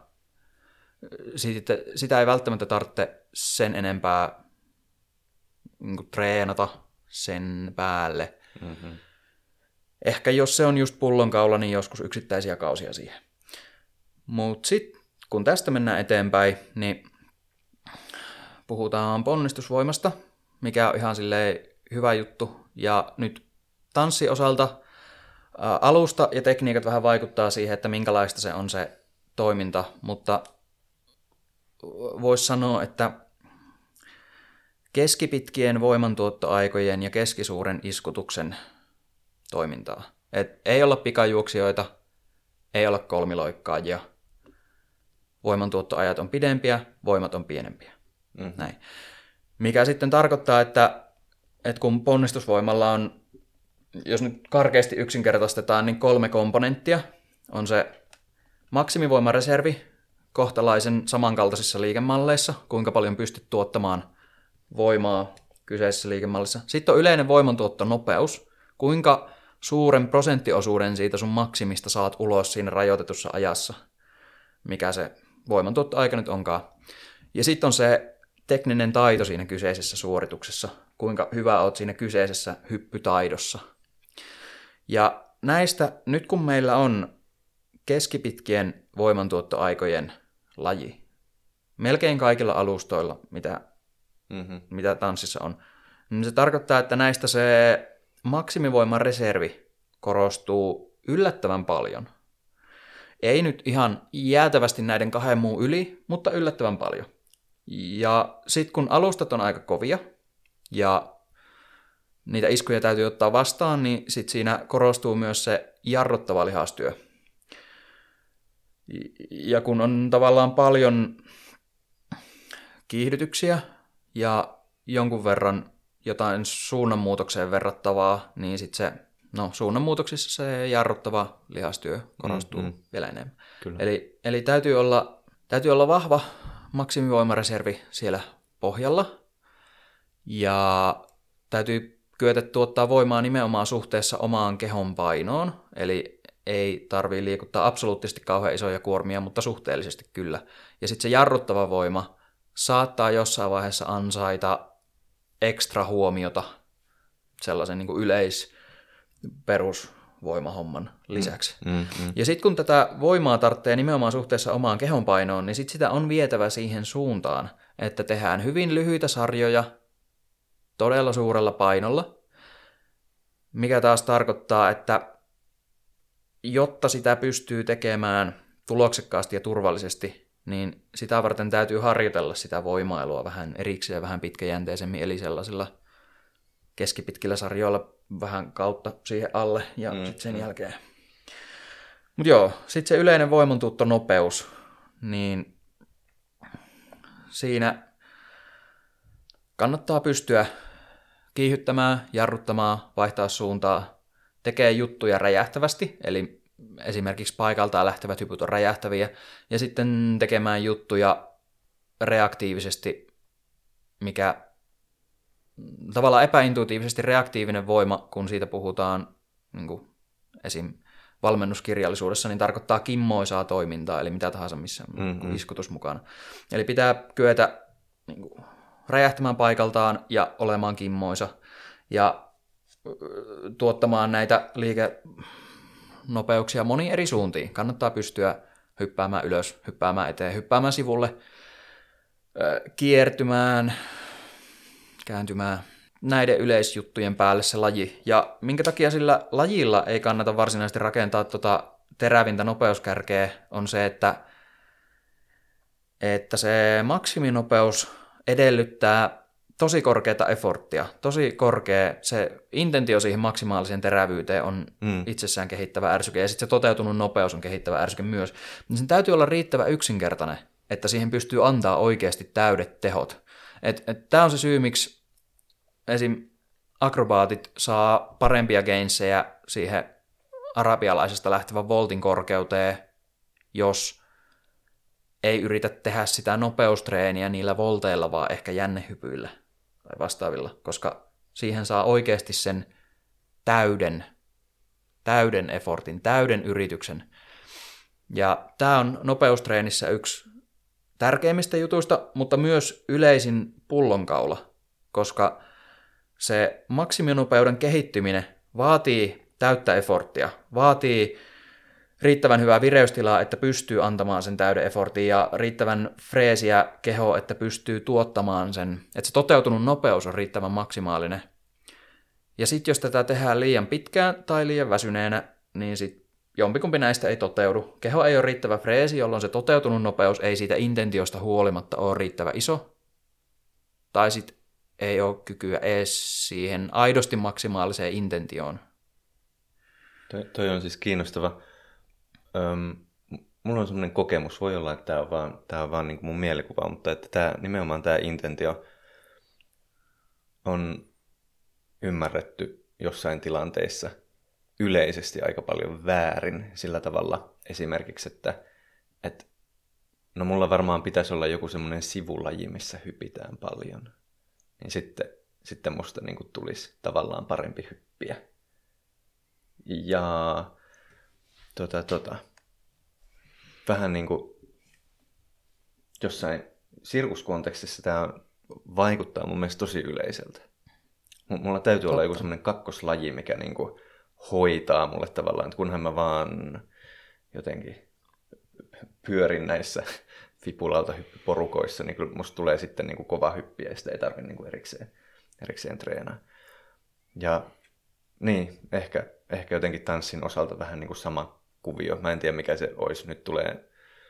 sitä ei välttämättä tarvitse sen enempää niin kuin treenata sen päälle. Mm-hmm. Ehkä jos se on just pullonkaula, niin joskus yksittäisiä kausia siihen. Mutta sitten kun tästä mennään eteenpäin, niin puhutaan ponnistusvoimasta, mikä on ihan silleen hyvä juttu. Ja nyt tanssiosalta alusta ja tekniikat vähän vaikuttaa siihen, että minkälaista se on se toiminta, mutta voisi sanoa, että keskipitkien voimantuottoaikojen ja keskisuuren iskutuksen toimintaa. Et ei olla pikajuoksijoita, ei olla kolmiloikkaajia. Voimantuottoajat on pidempiä, voimat on pienempiä. Näin. Mikä sitten tarkoittaa, että kun ponnistusvoimalla on, jos nyt karkeasti yksinkertaistetaan, niin 3 komponenttia. On se maksimivoimareservi kohtalaisen samankaltaisissa liikemalleissa, kuinka paljon pystyt tuottamaan voimaa kyseisessä liikemallissa. Sitten on yleinen voimantuottonopeus, kuinka suuren prosenttiosuuden siitä sun maksimista saat ulos siinä rajoitetussa ajassa, mikä se voimantuottoaika nyt onkaan. Ja sitten on se tekninen taito siinä kyseisessä suorituksessa, kuinka hyvä oot siinä kyseisessä hyppytaidossa. Ja näistä, nyt kun meillä on keskipitkien voimantuottoaikojen laji, melkein kaikilla alustoilla, mitä tanssissa on, niin se tarkoittaa, että näistä se maksimivoiman reservi korostuu yllättävän paljon. Ei nyt ihan jäätävästi näiden 2 muun yli, mutta yllättävän paljon. Ja sitten kun alustat on aika kovia ja niitä iskuja täytyy ottaa vastaan, niin sitten siinä korostuu myös se jarruttava lihastyö. Ja kun on tavallaan paljon kiihdytyksiä ja jonkun verran jotain suunnanmuutokseen verrattavaa, niin sitten se suunnanmuutoksissa se jarruttava lihastyö korostuu vielä enemmän. Kyllä. Eli täytyy olla vahva maksimivoimareservi siellä pohjalla ja täytyy kyetä tuottaa voimaa nimenomaan suhteessa omaan kehon painoon, eli ei tarvitse liikuttaa absoluuttisesti kauhean isoja kuormia, mutta suhteellisesti kyllä. Ja sitten se jarruttava voima saattaa jossain vaiheessa ansaita ekstra huomiota sellaisen niin kuin perusvoimahomman lisäksi. Ja sitten kun tätä voimaa tarvitsee nimenomaan suhteessa omaan kehonpainoon, niin sitten sitä on vietävä siihen suuntaan, että tehdään hyvin lyhyitä sarjoja todella suurella painolla, mikä taas tarkoittaa, että jotta sitä pystyy tekemään tuloksekkaasti ja turvallisesti, niin sitä varten täytyy harjoitella sitä voimailua vähän erikseen ja vähän pitkäjänteisemmin, eli sellaisilla keskipitkillä sarjoilla vähän kautta siihen alle ja sitten sen jälkeen. Mutta joo, sitten se yleinen voimantuottonopeus, niin siinä kannattaa pystyä kiihyttämään, jarruttamaan, vaihtaa suuntaa, tekee juttuja räjähtävästi, eli esimerkiksi paikaltaan lähtevät hypyt on räjähtäviä, ja sitten tekemään juttuja reaktiivisesti, mikä tavallaan epäintuitiivisesti reaktiivinen voima, kun siitä puhutaan niin kuin esim. Valmennuskirjallisuudessa, niin tarkoittaa kimmoisaa toimintaa, eli mitä tahansa missä iskutus mukana. Eli pitää kyetä niin kuin räjähtämään paikaltaan ja olemaan kimmoisa ja tuottamaan näitä liikenopeuksia moniin eri suuntiin. Kannattaa pystyä hyppäämään ylös, hyppäämään eteen, hyppäämään sivulle, kiertymään, kääntymään. Näiden yleisjuttujen päälle se laji. Ja minkä takia sillä lajilla ei kannata varsinaisesti rakentaa terävintä nopeuskärkeä, on se, että se maksiminopeus edellyttää tosi korkeata efforttia, tosi korkea, se intentio siihen maksimaaliseen terävyyteen on itsessään kehittävä ärsyke, ja sitten se toteutunut nopeus on kehittävä ärsyke myös. Niin sen täytyy olla riittävän yksinkertainen, että siihen pystyy antaa oikeasti täydet tehot. Tämä on se syy, miksi esim. Akrobaatit saa parempia gainsejä siihen arabialaisesta lähtevän voltin korkeuteen, jos ei yritä tehdä sitä nopeustreeniä niillä volteilla, vaan ehkä jännehypyillä tai vastaavilla, koska siihen saa oikeasti sen täyden effortin, täyden yrityksen. Ja tämä on nopeustreenissä yksi tärkeimmistä jutuista, mutta myös yleisin pullonkaula, koska se maksiminopeuden kehittyminen vaatii täyttä efforttia, vaatii riittävän hyvää vireystilaa, että pystyy antamaan sen täyden effortin ja riittävän freesiä kehoa, että pystyy tuottamaan sen, että se toteutunut nopeus on riittävän maksimaalinen. Ja sitten jos tätä tehdään liian pitkään tai liian väsyneenä, niin sitten jompikumpi näistä ei toteudu. Keho ei ole riittävä freesi, jolloin se toteutunut nopeus ei siitä intentiosta huolimatta ole riittävä iso. Tai sitten ei ole kykyä edes siihen aidosti maksimaaliseen intentioon. Toi on siis kiinnostava. Mulla on semmoinen kokemus, voi olla, että tämä on vaan niin kuin mun mielikuva, mutta että nimenomaan tämä intentio on ymmärretty jossain tilanteissa yleisesti aika paljon väärin sillä tavalla esimerkiksi, että no mulla varmaan pitäisi olla joku semmoinen sivulaji, missä hypitään paljon, niin sitten musta niin kuin tulisi tavallaan parempi hyppiä. Ja vähän niin kuin jossain sirkuskontekstissa tämä vaikuttaa mun mielestä tosi yleiseltä. Mulla täytyy olla joku semmoinen kakkoslaji, mikä niin kuin hoitaa mulle tavallaan, että kunhan mä vaan jotenkin pyörin näissä vipulalta hyppyporukoissa, niin kyllä musta tulee sitten niin kuin kova hyppiä ja sitä ei tarvitse niin kuin erikseen treenaa. Ja niin, ehkä jotenkin tanssin osalta vähän niin kuin sama kuvio. Mä en tiedä, mikä se olisi. Nyt tulee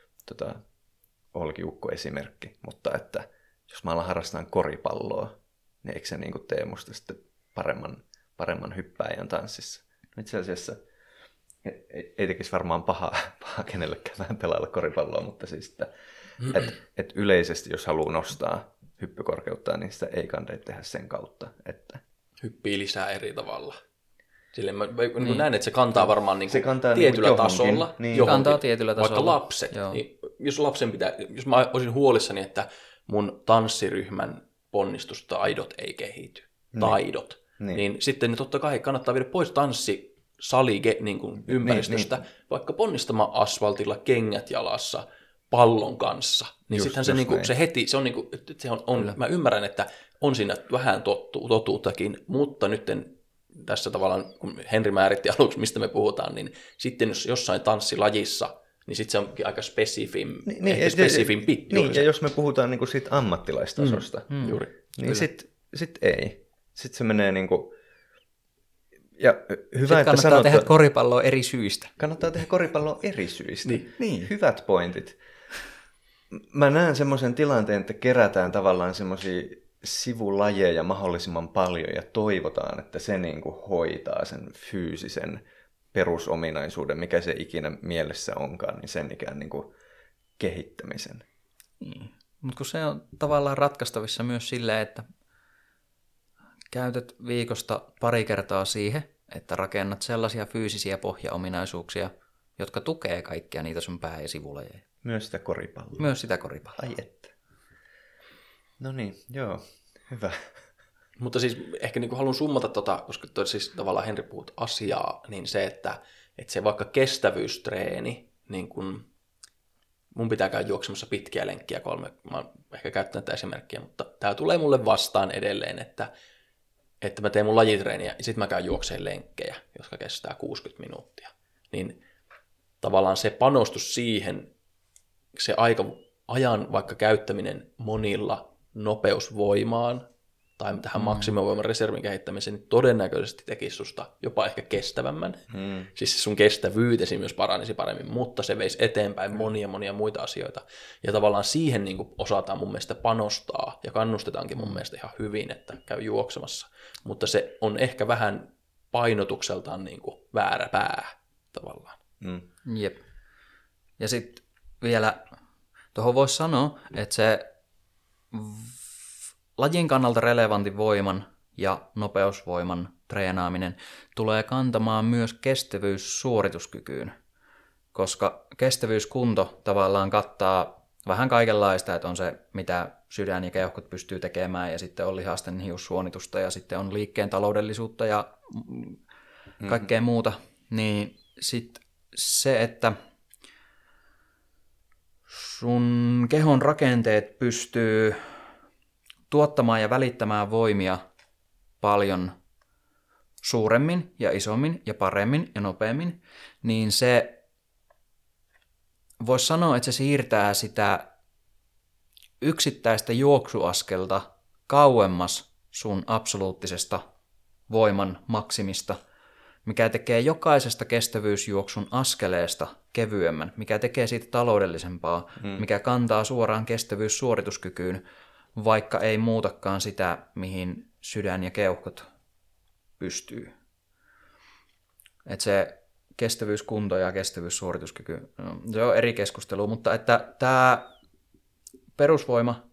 Olkiukko-esimerkki, mutta että jos mä alan harrastamaan koripalloa, niin eikö se niin kuin tee musta sitten paremman hyppääjän tanssissa? Itse asiassa ei tekisi varmaan pahaa kenellekään vähän pelailla koripalloa, mutta siis, että yleisesti jos haluaa nostaa hyppykorkeutta, niin sitä ei kannata tehdä sen kautta. Että hyppii lisää eri tavalla. Silleen mä niin näen, että se kantaa varmaan niin Se kantaa tietyllä niin johonkin. tasolla. Niin. Johonkin. Kantaa tietyllä tasolla. Vaikka lapset. Niin jos mä olisin huolissani, että mun tanssiryhmän ponnistustaidot ei kehity, niin sitten totta kai kannattaa viedä pois tanssisali niin kuin ympäristöstä, vaikka ponnistamaan asfaltilla, kengät jalassa, pallon kanssa. Niin sittenhän se, niinku, se heti, se on, niinku, se on mä ymmärrän, että on siinä vähän totuuttakin, mutta nyt tässä tavallaan, kun Henri määritti aluksi, mistä me puhutaan, niin sitten jos jossain tanssilajissa, niin sitten se onkin aika spesifimpi. Niin, ja jos me puhutaan niinku siitä ammattilaistasosta, juuri. Niin sit ei. Sitten se menee niinku... Ja hyvä, sitten että kannattaa tehdä koripalloa eri syistä. Kannattaa tehdä koripalloa eri syistä. Niin. Hyvät pointit. Mä näen semmoisen tilanteen, että kerätään tavallaan semmoisia sivulajeja mahdollisimman paljon ja toivotaan, että se niinku hoitaa sen fyysisen perusominaisuuden, mikä se ikinä mielessä onkaan, niin sen ikään niinku kehittämisen. Niin. Mutta kun se on tavallaan ratkaistavissa myös silleen, että käytät viikosta pari kertaa siihen, että rakennat sellaisia fyysisiä pohjaominaisuuksia, jotka tukee kaikkia niitä sun pää- ja sivulajeja. Myös sitä koripalloa. Myös sitä koripalloa. Ai että. No niin, joo, hyvä. Mutta siis ehkä niin kuin haluan summata, koska siis tavallaan Henri puhut asiaa, niin se, että se vaikka kestävyystreeni, niin kuin mun pitää käydä juoksemassa pitkiä lenkkiä 3, mä oon ehkä käyttänyt tätä esimerkkiä, mutta tämä tulee mulle vastaan edelleen, että mä teen mun lajitreeniä ja sitten mä käyn juokseen lenkkejä, jotka kestää 60 minuuttia. Niin tavallaan se panostus siihen, se ajan vaikka käyttäminen monilla nopeusvoimaan tai tähän maksimivoiman reservin kehittämiseen, niin todennäköisesti tekisi susta jopa ehkä kestävämmän. Siis sun kestävyytesi myös paranisi paremmin, mutta se veisi eteenpäin monia muita asioita. Ja tavallaan siihen niin kuin osataan mun mielestä panostaa ja kannustetaankin mun mielestä ihan hyvin, että käy juoksemassa. Mutta se on ehkä vähän painotukseltaan niin kuin väärä pää tavallaan. Jep. Ja sitten vielä tuohon voisi sanoa, että se lajin kannalta relevantin voiman ja nopeusvoiman treenaaminen tulee kantamaan myös kestävyyssuorituskykyyn, koska kestävyyskunto tavallaan kattaa vähän kaikenlaista, että on se, mitä sydän ja keuhkot pystyy tekemään, ja sitten on lihasten hiussuonitusta, ja sitten on liikkeen taloudellisuutta ja kaikkea muuta, niin sitten se, että sun kehon rakenteet pystyy tuottamaan ja välittämään voimia paljon suuremmin ja isommin ja paremmin ja nopeammin, niin se voisi sanoa, että se siirtää sitä yksittäistä juoksuaskelta kauemmas sun absoluuttisesta voiman maksimista, mikä tekee jokaisesta kestävyysjuoksun askeleesta kevyemmän, mikä tekee siitä taloudellisempaa, mikä kantaa suoraan kestävyyssuorituskykyyn, vaikka ei muutakaan sitä, mihin sydän ja keuhkot pystyy. Et se kestävyyskunto ja kestävyyssuorituskyky, se on eri keskustelu, mutta että tämä perusvoima,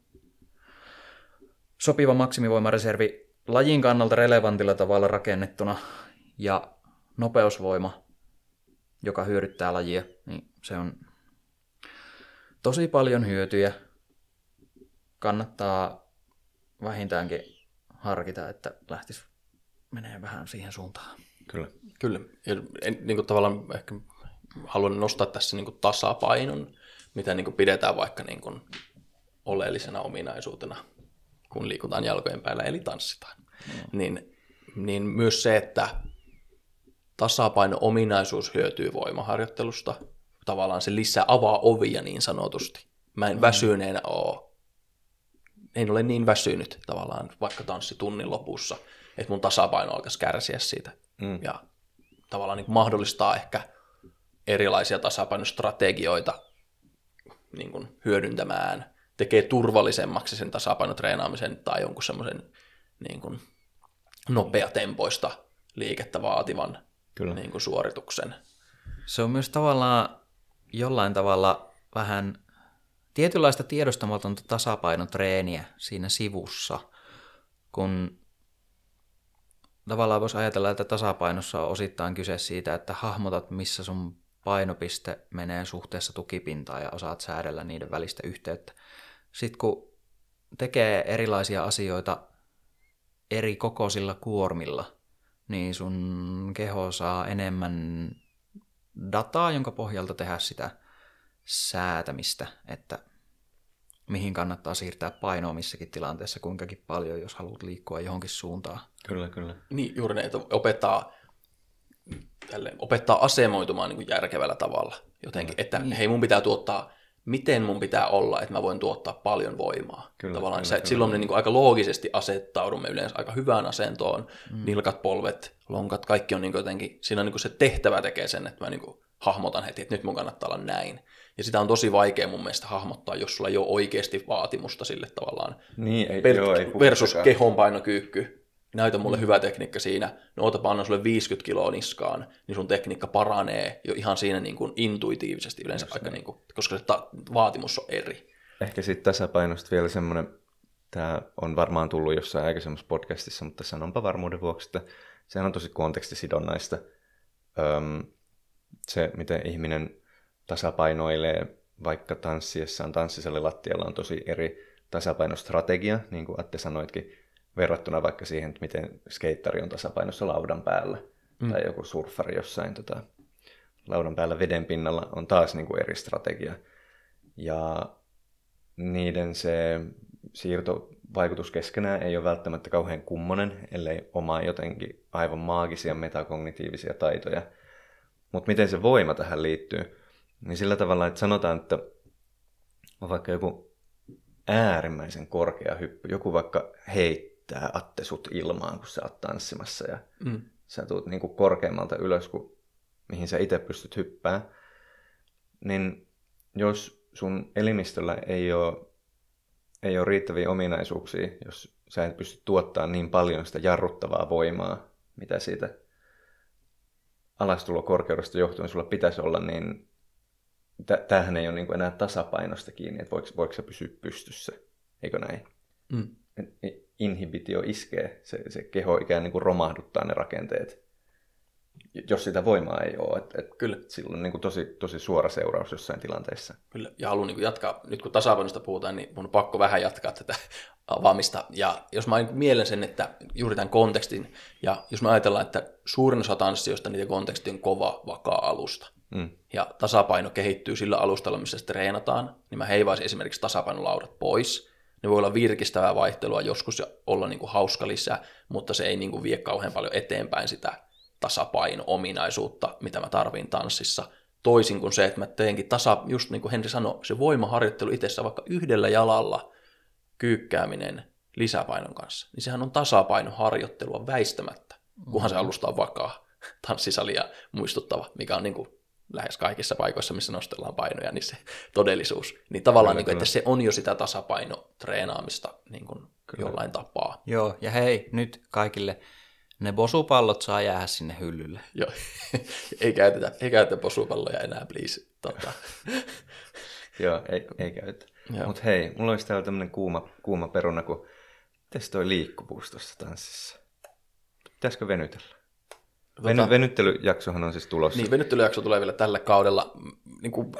sopiva maksimivoimareservi lajin kannalta relevantilla tavalla rakennettuna ja nopeusvoima, joka hyödyttää lajia, niin se on tosi paljon hyötyjä. Kannattaa vähintäänkin harkita, että lähtisi menee vähän siihen suuntaan. Kyllä. Ja niin kuin tavallaan ehkä haluan nostaa tässä niin kuin tasapainon, mitä niin kuin pidetään vaikka niin kuin oleellisena ominaisuutena, kun liikutaan jalkojen päällä, eli tanssitaan. Niin myös se, että tasapaino-ominaisuus hyötyy voimaharjoittelusta. Tavallaan se avaa ovia niin sanotusti. Mä en väsyneenä ole. En ole niin väsynyt tavallaan vaikka tanssitunnin lopussa, että mun tasapaino alkaisi kärsiä siitä. Ja tavallaan niin mahdollistaa ehkä erilaisia tasapainostrategioita niin kuin hyödyntämään. Tekee turvallisemmaksi sen tasapainotreenaamisen tai jonkun semmoisen niin kuin nopeatempoista liikettä vaativan niin kuin suorituksen. Se on myös tavallaan jollain tavalla vähän tietynlaista tiedostamatonta tasapainotreeniä siinä sivussa, kun tavallaan voisi ajatella, että tasapainossa on osittain kyse siitä, että hahmotat, missä sun painopiste menee suhteessa tukipintaan ja osaat säädellä niiden välistä yhteyttä. Sitten kun tekee erilaisia asioita eri kokoisilla kuormilla, niin sun keho saa enemmän dataa, jonka pohjalta tehdä sitä säätämistä, että mihin kannattaa siirtää painoa missäkin tilanteessa, kuinkakin paljon, jos haluat liikkua johonkin suuntaan. Kyllä, kyllä. Niin, juuri ne, että opettaa asemoitumaan niin kuin järkevällä tavalla jotenkin, että hei, mun pitää tuottaa, miten mun pitää olla, että mä voin tuottaa paljon voimaa. Kyllä, tavallaan kyllä. Silloin me niin kuin aika loogisesti asettaudumme yleensä aika hyvään asentoon, nilkat, polvet, lonkat, kaikki on niin kuin jotenkin, siinä on niin kuin se tehtävä tekee sen, että mä niin kuin hahmotan heti, että nyt mun kannattaa olla näin. Ja sitä on tosi vaikea mun mielestä hahmottaa, jos sulla ei ole oikeasti vaatimusta sille tavallaan. Niin, ei versus kehonpainokyykky. Näytä mulle hyvä tekniikka siinä. No otapa anna sulle 50 kiloa niskaan, niin sun tekniikka paranee jo ihan siinä niin kuin intuitiivisesti yleensä, aika niin kuin, koska se vaatimus on eri. Ehkä sitten tasapainosta vielä semmoinen, tämä on varmaan tullut jossain aikaisemmassa podcastissa, mutta sanonpa varmuuden vuoksi, että sehän on tosi kontekstisidonnaista. Se, miten ihminen tasapainoilee vaikka tanssiessaan tanssisallilattialla on tosi eri tasapainostrategia, niin kuin Atte sanoitkin, verrattuna vaikka siihen, että miten skeittari on tasapainossa laudan päällä tai joku surffari jossain laudan päällä veden pinnalla on taas niin kuin eri strategia. Ja niiden se siirtovaikutus keskenään ei ole välttämättä kauhean kummonen, ellei omaa jotenkin aivan maagisia metakognitiivisia taitoja. Mutta miten se voima tähän liittyy? Niin sillä tavalla, että sanotaan, että on vaikka joku äärimmäisen korkea hyppy, joku vaikka heittää Atte sut ilmaan, kun sä oot tanssimassa ja sä tuut niinku korkeammalta ylös, kuin mihin sä itse pystyt hyppää, niin jos sun elimistöllä ei ole riittäviä ominaisuuksia, jos sä et pysty tuottamaan niin paljon sitä jarruttavaa voimaa, mitä siitä alastulokorkeudesta johtuen sulla pitäisi olla, niin tämähän ei ole niin kuin enää tasapainosta kiinni, että voiko se pysyä pystyssä, eikö näin? Inhibitio iskee, se keho ikään niin kuin romahduttaa ne rakenteet, jos sitä voimaa ei ole. Kyllä. Silloin on niin kuin tosi suora seuraus jossain tilanteessa. Kyllä, ja haluan niin kuin jatkaa, nyt kun tasapainosta puhutaan, niin mun on pakko vähän jatkaa tätä avaamista. Ja jos mä mielen sen, että juuri tämän kontekstin, ja jos me ajatellaan, että suurin osa tanssijoista, niiden konteksti on kova, vakaa alusta. Ja tasapaino kehittyy sillä alustalla, missä se treenataan, niin mä heivaisin esimerkiksi tasapainolaudat pois. Ne voi olla virkistävää vaihtelua joskus ja olla niin kuin hauska lisää, mutta se ei niin kuin vie kauhean paljon eteenpäin sitä tasapaino-ominaisuutta, mitä mä tarviin tanssissa. Toisin kuin se, että mä teenkin just niin kuin Henri sanoi, se voimaharjoittelu itsessä vaikka yhdellä jalalla kyykkääminen lisäpainon kanssa, niin sehän on tasapainoharjoittelua väistämättä, kunhan se alusta on vakaa tanssisalia muistuttava, mikä on niin kuin lähes kaikissa paikoissa, missä nostellaan painoja, niin se todellisuus. Niin tavallaan, niin kuin, että se on jo sitä tasapainotreenaamista niin kuin jollain tapaa. Joo, ja hei, nyt kaikille ne bosupallot saa jäädä sinne hyllylle. Joo, ei käytetä bosupalloja enää, please. Joo, ei käytetä. Mutta hei, mulla olisi täällä tämmöinen kuuma peruna, kun mites toi liikkuvuus tuossa tanssissa? Pitäisikö venytellä? Venyttelyjaksohan on siis tulossa. Niin, venyttelyjakso tulee vielä tällä kaudella. Niin kuin,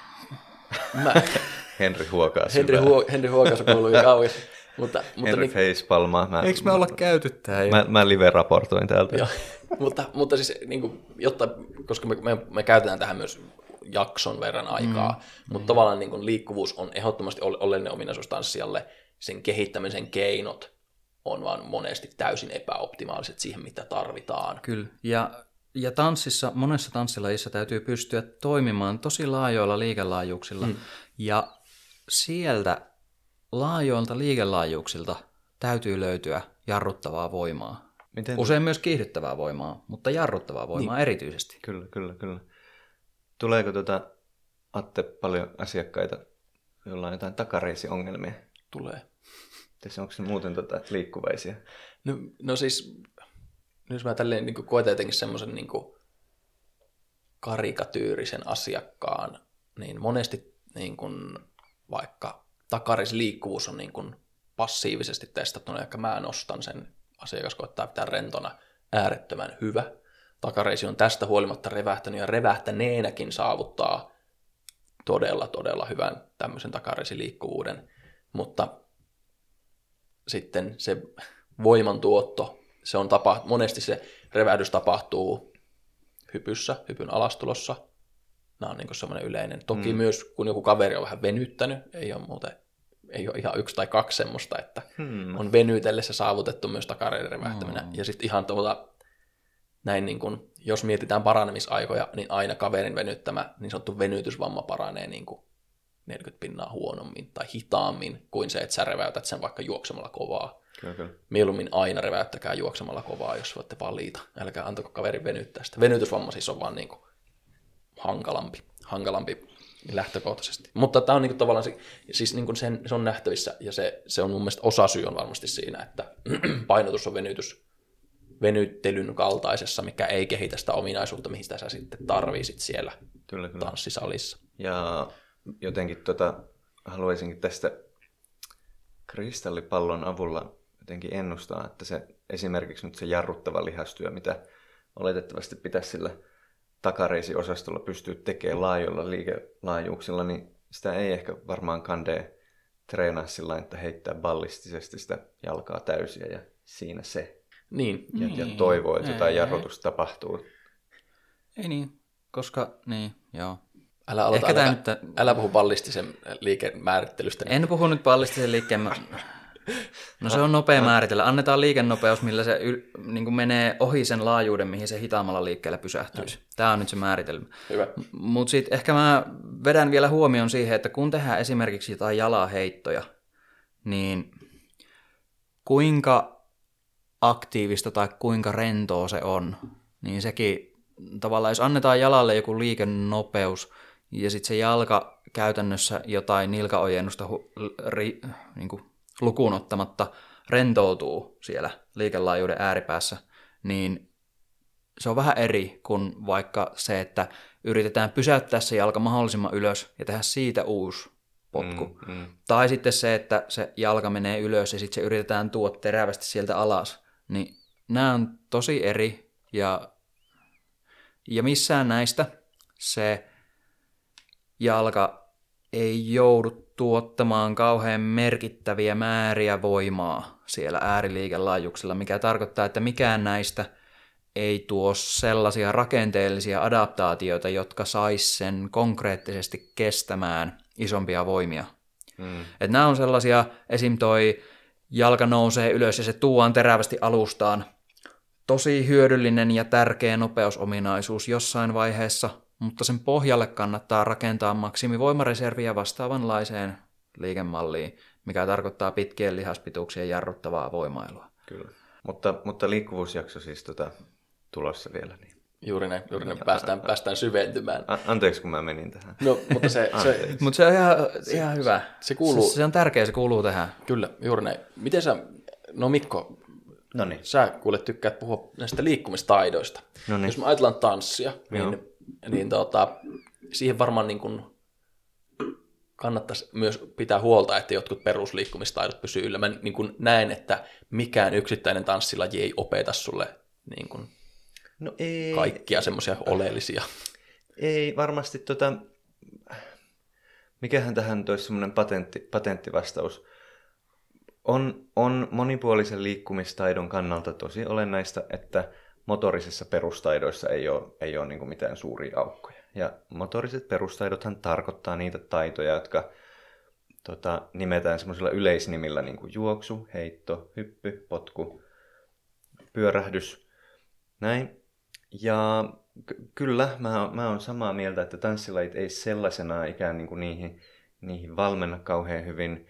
Henri huokaa Henri huokaa kuuluu jo kauas. Henri niin, facepalmaa. Eikö me olla käyty tää jo? Mä live-raportoin täältä. Joo, mutta siis, niin kuin, koska me käytetään tähän myös jakson verran aikaa, mutta tavallaan niin kuin, liikkuvuus on ehdottomasti oleellinen ominaisuus tanssijalle. Sen kehittämisen keinot on vaan monesti täysin epäoptimaaliset siihen, mitä tarvitaan. Kyllä, ja tanssissa, monessa tanssilajissa täytyy pystyä toimimaan tosi laajoilla liikelaajuuksilla, ja sieltä laajoilta liikelaajuuksilta täytyy löytyä jarruttavaa voimaa. Usein myös kiihdyttävää voimaa, mutta jarruttavaa voimaa erityisesti. Kyllä. Tuleeko Atte paljon asiakkaita, joilla on jotain takareisiongelmia? Tulee. Onko se muuten liikkuvaisia? No siis, jos mä tälleen niin koetan jotenkin semmoisen niin karikatyyrisen asiakkaan, niin monesti niin kuin, vaikka takarisliikkuvuus on niin kuin passiivisesti testattuna, ehkä mä nostan sen, asiakas koettaa pitää rentona, äärettömän hyvä. Takareisi on tästä huolimatta revähtänyt ja revähtäneenäkin saavuttaa todella hyvän tämmöisen takareisiliikkuvuuden, mutta sitten se voimantuotto, se on monesti se revähdys tapahtuu hypyn alastulossa. Nämä on niin semmoinen yleinen. Toki myös, kun joku kaveri on vähän venyttänyt, ei ole ihan 1 tai 2 semmoista, että on venytellessä saavutettu myös takareiden revähtäminen. Ja sitten ihan näin niin kuin, jos mietitään paranemisaikoja, niin aina kaverin venyttämä niin sanottu venytysvamma paranee niin kuin 40% huonommin tai hitaammin kuin se, että sä reväytät sen vaikka juoksemalla kovaa. Kyllä. Mieluummin aina reväyttäkää juoksemalla kovaa, jos voitte valita. Älkää antako kaverin venyttää sitä. Venytysvamma siis on vaan niin kuin hankalampi lähtökohtaisesti. Mutta tämä on niin kuin tavallaan siis niin kuin se on nähtävissä, ja se on mun mielestä osasyy on varmasti siinä, että painotus on venyttelyn kaltaisessa, mikä ei kehitä sitä ominaisuutta, mihin sitä sä sitten tarvisit siellä Kyllä. tanssisalissa. Ja jotenkin haluaisinkin tästä kristallipallon avulla jotenkin ennustaa, että se esimerkiksi nyt se jarruttava lihastyö, mitä oletettavasti pitäisi sillä takareisiosastolla pystyä tekemään laajoilla liikelaajuuksilla, niin sitä ei ehkä varmaan kandee treenaa sillä, että heittää ballistisesti sitä jalkaa täysiä ja siinä se. Niin. Ja toivoo, että jotain jarrutusta tapahtuu. Ei niin, koska niin, joo. Älä puhu ballistisen liikemäärittelystä. En puhu nyt ballistisen liikkeen. No se on nopea määritellä. Annetaan liikennopeus, millä se niin kuin menee ohi sen laajuuden, mihin se hitaammalla liikkeellä pysähtyisi. Tämä on nyt se määritelmä. Hyvä. Mutta sitten ehkä mä vedän vielä huomioon siihen, että kun tehdään esimerkiksi jotain jalaheittoja, niin kuinka aktiivista tai kuinka rentoa se on, niin sekin tavallaan, jos annetaan jalalle joku liikennopeus ja sitten se jalka käytännössä jotain nilkaojennusta niin kuin lukuun ottamatta rentoutuu siellä liikelaajuuden ääripäässä, niin se on vähän eri kuin vaikka se, että yritetään pysäyttää se jalka mahdollisimman ylös ja tehdä siitä uusi potku. Tai sitten se, että se jalka menee ylös ja sitten se yritetään tuoda terävästi sieltä alas. Niin nämä on tosi eri ja missään näistä se jalka ei joudu tuottamaan kauhean merkittäviä määriä voimaa siellä ääriliikelaajuuksilla, mikä tarkoittaa, että mikään näistä ei tuo sellaisia rakenteellisia adaptaatioita, jotka sais sen konkreettisesti kestämään isompia voimia. Et nämä on sellaisia, esim. Toi jalka nousee ylös ja se tuodaan terävästi alustaan. Tosi hyödyllinen ja tärkeä nopeusominaisuus jossain vaiheessa, mutta sen pohjalle kannattaa rakentaa maksimivoimareserviä vastaavanlaiseen liikemalliin, mikä tarkoittaa pitkien lihaspituuksien jarruttavaa voimailua. Kyllä. Mutta liikkuvuusjakso siis tulossa vielä. Niin. Juuri näin. Päästään syventymään. Anteeksi, kun mä menin tähän. No, mutta se on ihan hyvä. Se kuuluu. Se on tärkeä, se kuuluu tähän. Kyllä, juuri näin. Miten Mikko, Noniin. Sä kuule tykkäät puhua näistä liikkumistaidoista. Noniin. Jos me ajatellaan tanssia, niin siihen varmaan niin kuin kannattaisi myös pitää huolta, että jotkut perusliikkumistaidot pysyy yllä. Mä niin kuin näen, että mikään yksittäinen tanssilaji ei opeta sulle niin kuin kaikkia semmoisia oleellisia. Ei varmasti mikähän tähän toisi semmoinen patenttivastaus. On monipuolisen liikkumistaidon kannalta tosi olennaista, että motorisissa perustaidoissa ei ole niin kuin mitään suuria aukkoja. Ja motoriset perustaidothan tarkoittaa niitä taitoja, jotka nimetään semmoisilla yleisnimillä niin kuin juoksu, heitto, hyppy, potku, pyörähdys, näin. Ja kyllä, mä oon samaa mieltä, että tanssilajit ei sellaisenaan ikään niin kuin niihin valmenna kauhean hyvin.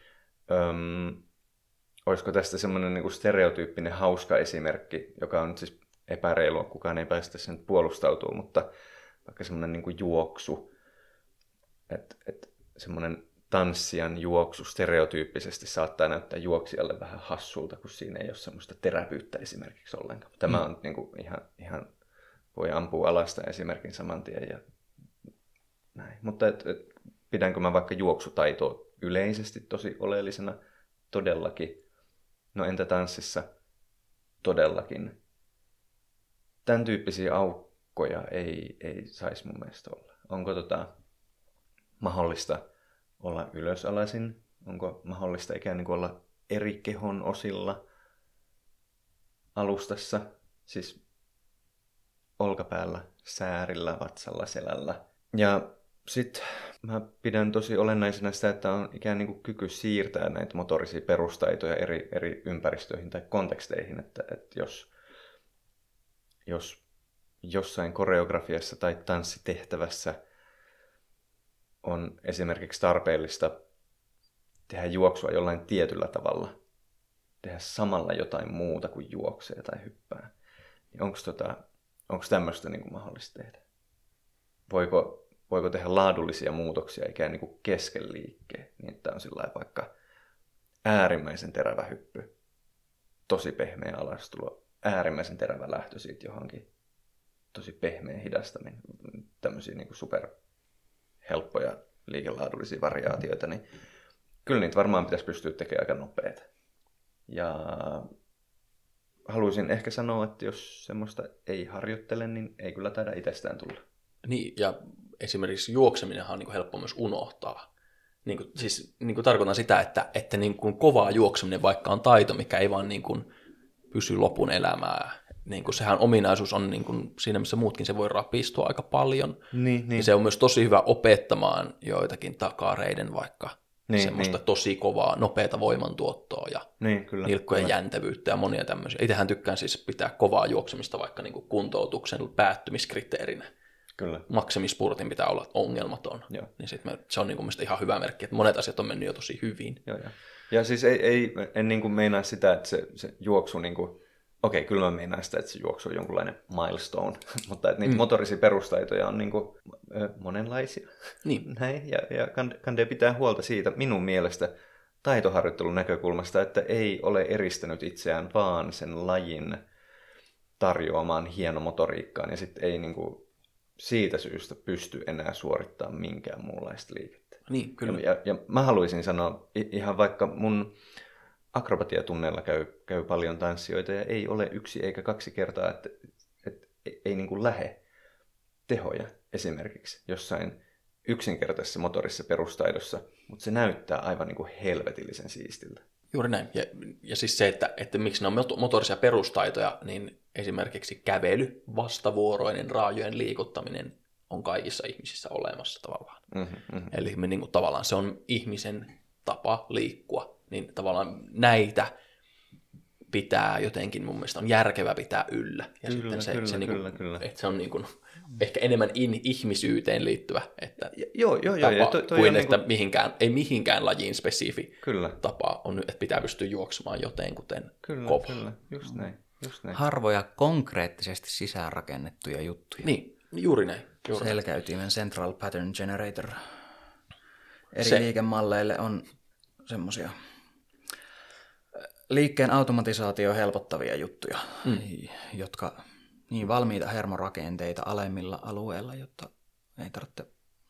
Olisiko tästä semmoinen niin kuin stereotyyppinen hauska esimerkki, joka on siis epäreilua, kukaan ei päästä sen puolustautumaan, mutta vaikka semmoinen niin kuin juoksu, että semmoinen tanssijan juoksu stereotyyppisesti saattaa näyttää juoksijalle vähän hassulta, kun siinä ei ole semmoista terävyyttä esimerkiksi ollenkaan. Tämä on niin kuin ihan voi ampua alasta esimerkin saman tien ja näin. Mutta pidänkö mä vaikka juoksutaitoa yleisesti tosi oleellisena? Todellakin. No entä tanssissa? Todellakin. tämän tyyppisiä aukkoja ei saisi mun mielestä olla. Onko mahdollista olla ylösalaisin? Onko mahdollista ikään kuin olla eri kehon osilla alustassa? Siis olkapäällä, säärillä, vatsalla, selällä. Ja sitten mä pidän tosi olennaisena sitä, että on ikään niin kuin kyky siirtää näitä motorisia perustaitoja eri ympäristöihin tai konteksteihin. Että jos jossain koreografiassa tai tanssitehtävässä on esimerkiksi tarpeellista tehdä juoksua jollain tietyllä tavalla, tehdä samalla jotain muuta kuin juoksee tai hyppää, niin onko tämmöistä niin kuin mahdollista tehdä? Voiko tehdä laadullisia muutoksia ikään niin kuin kesken liikkeen, niin että on sillä vaikka äärimmäisen terävä hyppy, tosi pehmeä alastulo, äärimmäisen terävä lähtö siitä johonkin, tosi pehmeä hidastaminen, tämmöisiä niin kuin superhelppoja liikelaadullisia variaatioita, niin kyllä niitä varmaan pitäisi pystyä tekemään aika nopeita. Ja haluaisin ehkä sanoa, että jos semmoista ei harjoittele, niin ei kyllä taida itsestään tulla. Niin, ja esimerkiksi juokseminenhan on niin kuin helppo myös unohtaa. Tarkoitan sitä, että niin kuin kovaa juokseminen vaikka on taito, mikä ei vaan niin kuin pysy lopun elämää. Niin kuin sehän ominaisuus on niin kuin siinä, missä muutkin se voi rapistua aika paljon. Niin. Ja se on myös tosi hyvä opettamaan joitakin takareiden vaikka semmoista tosi kovaa, nopeata voimantuottoa ja nilkkojen jäntävyyttä ja monia tämmöisiä. Itsehän tykkään siis pitää kovaa juoksemista vaikka niin kuin kuntoutuksen päättymiskriteerinä. Kyllä. Maksimispurtin pitää olla ongelmaton. Niin se on niin kuin mielestäni ihan hyvä merkki, että monet asiat on mennyt jo tosi hyvin. Joo. Ja siis en niin kuin meinaa sitä, että se juoksu, niin kuin, okei, kyllä mä meinaan sitä, että se juoksu on jonkunlainen milestone, mutta että niitä motorisia perustaitoja on niin kuin, monenlaisia. Niin. Näin, ja kandee pitää huolta siitä minun mielestä taitoharjoittelun näkökulmasta, että ei ole eristänyt itseään vaan sen lajin tarjoamaan hienomotoriikkaan, ja sitten ei niin kuin siitä syystä pysty enää suorittamaan minkään muunlaista liikettä. Niin, kyllä. Ja mä haluaisin sanoa, ihan vaikka mun akrobatiatunneilla käy paljon tanssijoita, ja ei ole 1 eikä 2 kertaa, että ei niin kuin lähe tehoja esimerkiksi jossain yksinkertaisessa motorisessa perustaidossa, mutta se näyttää aivan niin kuin helvetillisen siistiltä. Juuri näin. Ja siis se, että miksi ne on motorisia perustaitoja, niin esimerkiksi kävely, vastavuoroinen raajojen liikuttaminen on kaikissa ihmisissä olemassa tavallaan. Eli niin kuin, tavallaan se on ihmisen tapa liikkua, niin tavallaan näitä pitää jotenkin, mun mielestä on järkevä pitää yllä. Ja kyllä, sitten se niin kuin, kyllä. Että se on niin kuin, ehkä enemmän ihmisyyteen liittyvä että joo, tapa, kuin että niin kuin ei mihinkään lajiin spesifi tapa on, että pitää pystyä juoksemaan jotenkuten kovaa. Kyllä, just näin. Harvoja konkreettisesti sisäänrakennettuja juttuja. Niin, juuri näin. Selkäytimen Central Pattern Generator. Eri liikemalleille on semmoisia liikkeen automatisaatio helpottavia juttuja, jotka niin valmiita hermorakenteita alemmilla alueilla, jotta ei tarvitse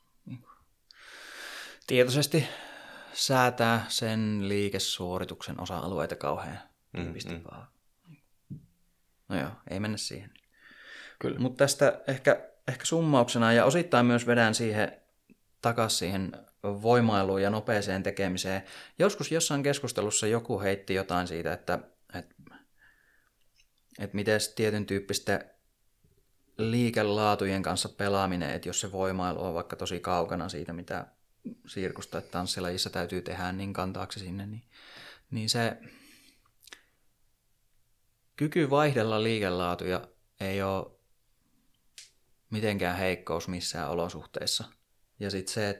tietoisesti säätää sen liikesuorituksen osa-alueita kauhean tiivisti vaan. No joo, ei mennä siihen. Kyllä. Mutta tästä ehkä summauksena ja osittain myös vedän siihen takaisin siihen voimailuun ja nopeeseen tekemiseen. Joskus jossain keskustelussa joku heitti jotain siitä, että miten tietyn tyyppistä liikelaatujen kanssa pelaaminen, että jos se voimailu on vaikka tosi kaukana siitä, mitä sirkus- tai tanssilajissa täytyy tehdä, niin kantaako se sinne, niin se kyky vaihdella liikelaatuja ei ole mitenkään heikkous missään olosuhteissa. Ja sitten se,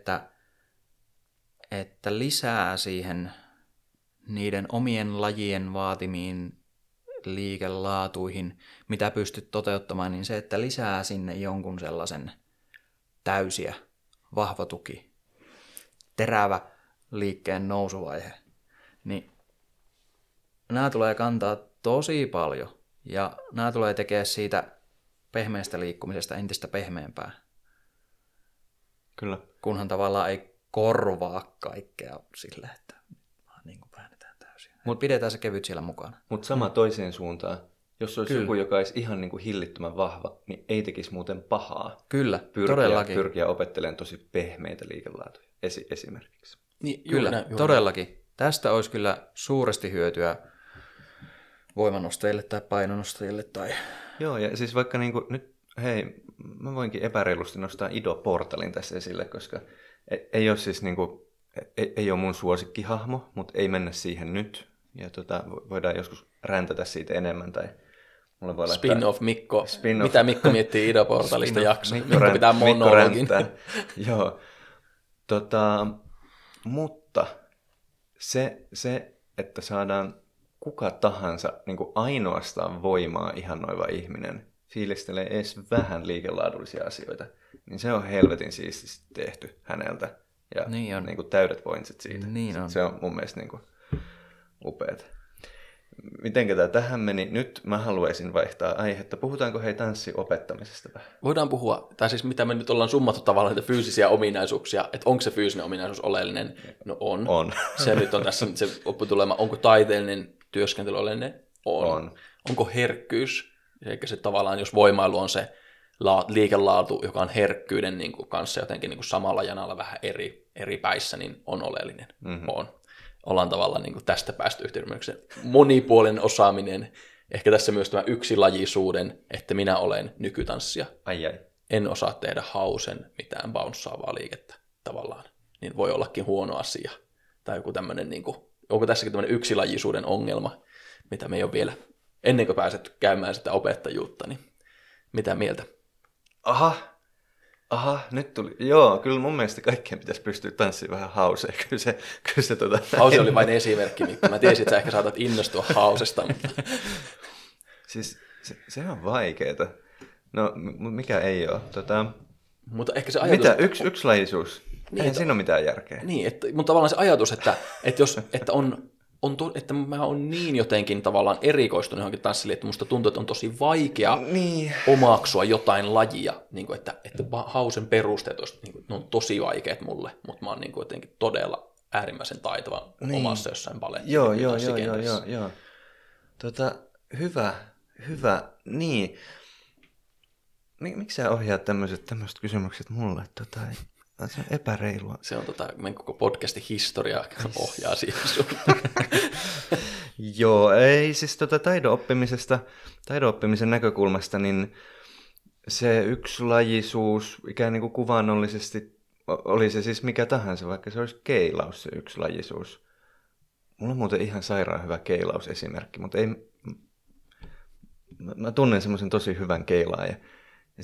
että lisää siihen niiden omien lajien vaatimiin liikelaatuihin, mitä pystyt toteuttamaan, niin se, että lisää sinne jonkun sellaisen täysiä, vahva tuki, terävä liikkeen nousuvaihe, niin nämä tulee kantaa tosi paljon ja nämä tulee tekemään siitä pehmeästä liikkumisesta entistä pehmeämpää. Kyllä. Kunhan tavallaan ei korvaa kaikkea sillä, että niin kuin väännetään täysin. Mutta pidetään se kevyt siellä mukana. Mutta sama toiseen suuntaan. Jos olisi joku, joka olisi ihan niin kuin hillittömän vahva, niin ei tekisi muuten pahaa. Kyllä, todellakin. Pyrkiä opettelemaan tosi pehmeitä liikelaatuja esimerkiksi. Niin, Kyllä, todellakin. Tästä olisi kyllä suuresti hyötyä voimanostajille tai painonostajille. Tai... Joo, ja siis vaikka niinku, nyt, hei, mä voinkin epäreilusti nostaa Ido-Portalin tässä esille, koska ei ole siis niinku, ei ole mun suosikkihahmo, mutta ei mennä siihen nyt. Ja voidaan joskus räntätä siitä enemmän tai mulle voi laittaa... Spin-off Mikko. Mitä Mikko miettii Ido-Portalista jakso? Mikko pitää monologin. Joo. Mutta se, että saadaan kuka tahansa niin kuin ainoastaan voimaa ihannoiva ihminen fiilistelee edes vähän liikelaadullisia asioita, niin se on helvetin siististi tehty häneltä. Ja niin on. Niin kuin täydet pointsit siitä. Niin on. Se on mun mielestä niin kuin upeata. Mitenkä tämä tähän meni? Nyt mä haluaisin vaihtaa aihetta. Puhutaanko hei tanssin opettamisesta vähän? Voidaan puhua, tai siis mitä me nyt ollaan summattu tavallaan niitä fyysisiä ominaisuuksia, että onko se fyysinen ominaisuus oleellinen? No on. Se nyt on tässä se oppitulema. Onko taiteellinen työskentely oleellinen? On. Onko herkkyys? Eikä se tavallaan, jos voimailu on se liikelaatu, joka on herkkyyden niin kuin kanssa jotenkin niin kuin samalla janalla vähän eri päissä, niin on oleellinen. Mm-hmm. On. Ollaan tavallaan niin kuin tästä päästy yhteydenmykseen. Monipuolinen osaaminen, ehkä tässä myös tämä yksilajisuuden, että minä olen nykytanssija. Ai. En osaa tehdä hausen mitään bounceaavaa liikettä tavallaan. Niin voi ollakin huono asia. Tai joku tämmöinen, niin kuin, onko tässäkin tämmöinen yksilajisuuden ongelma, mitä me ei ole vielä, ennen kuin pääset käymään sitä opettajuutta, niin mitä mieltä? Aha, nyt tuli. Joo, kyllä mun mielestä kaikkien pitäisi pystyä tanssimaan vähän hausea. Kyllä se Hause oli vain esimerkki, Mikko. Mä tiesin, että sä ehkä saatat innostua hausesta. Mutta... Siis se on vaikeeta. No, mikä ei ole? Mutta ehkä se ajatus... Mitä? Yksilajisuus? Niin, eihän siinä ole mitään järkeä. Niin, mutta tavallaan se ajatus, että mä oon niin jotenkin tavallaan erikoistunut johonkin tanssille, että musta tuntuu, että on tosi vaikea omaksua jotain lajia, niin kuin, että hausen perusteet ne on tosi vaikeat mulle, mutta mä oon niin kuin jotenkin todella äärimmäisen taitava omassa jossain baletti. Joo. Hyvä. Niin. Miksi sä ohjaat tämmöiset kysymykset mulle? Se on epäreilua. Se on meidän koko podcastin historia ohjaa siihen sun. Joo, ei siis taidon oppimisen näkökulmasta, niin se yksilajisuus ikään niin kuin kuvaannollisesti, oli se siis mikä tahansa, vaikka se olisi keilaus se yksilajisuus. Mulla on muuten ihan sairaan hyvä keilausesimerkki, mutta ei, mä tunnen semmoisen tosi hyvän keilaajan. Ja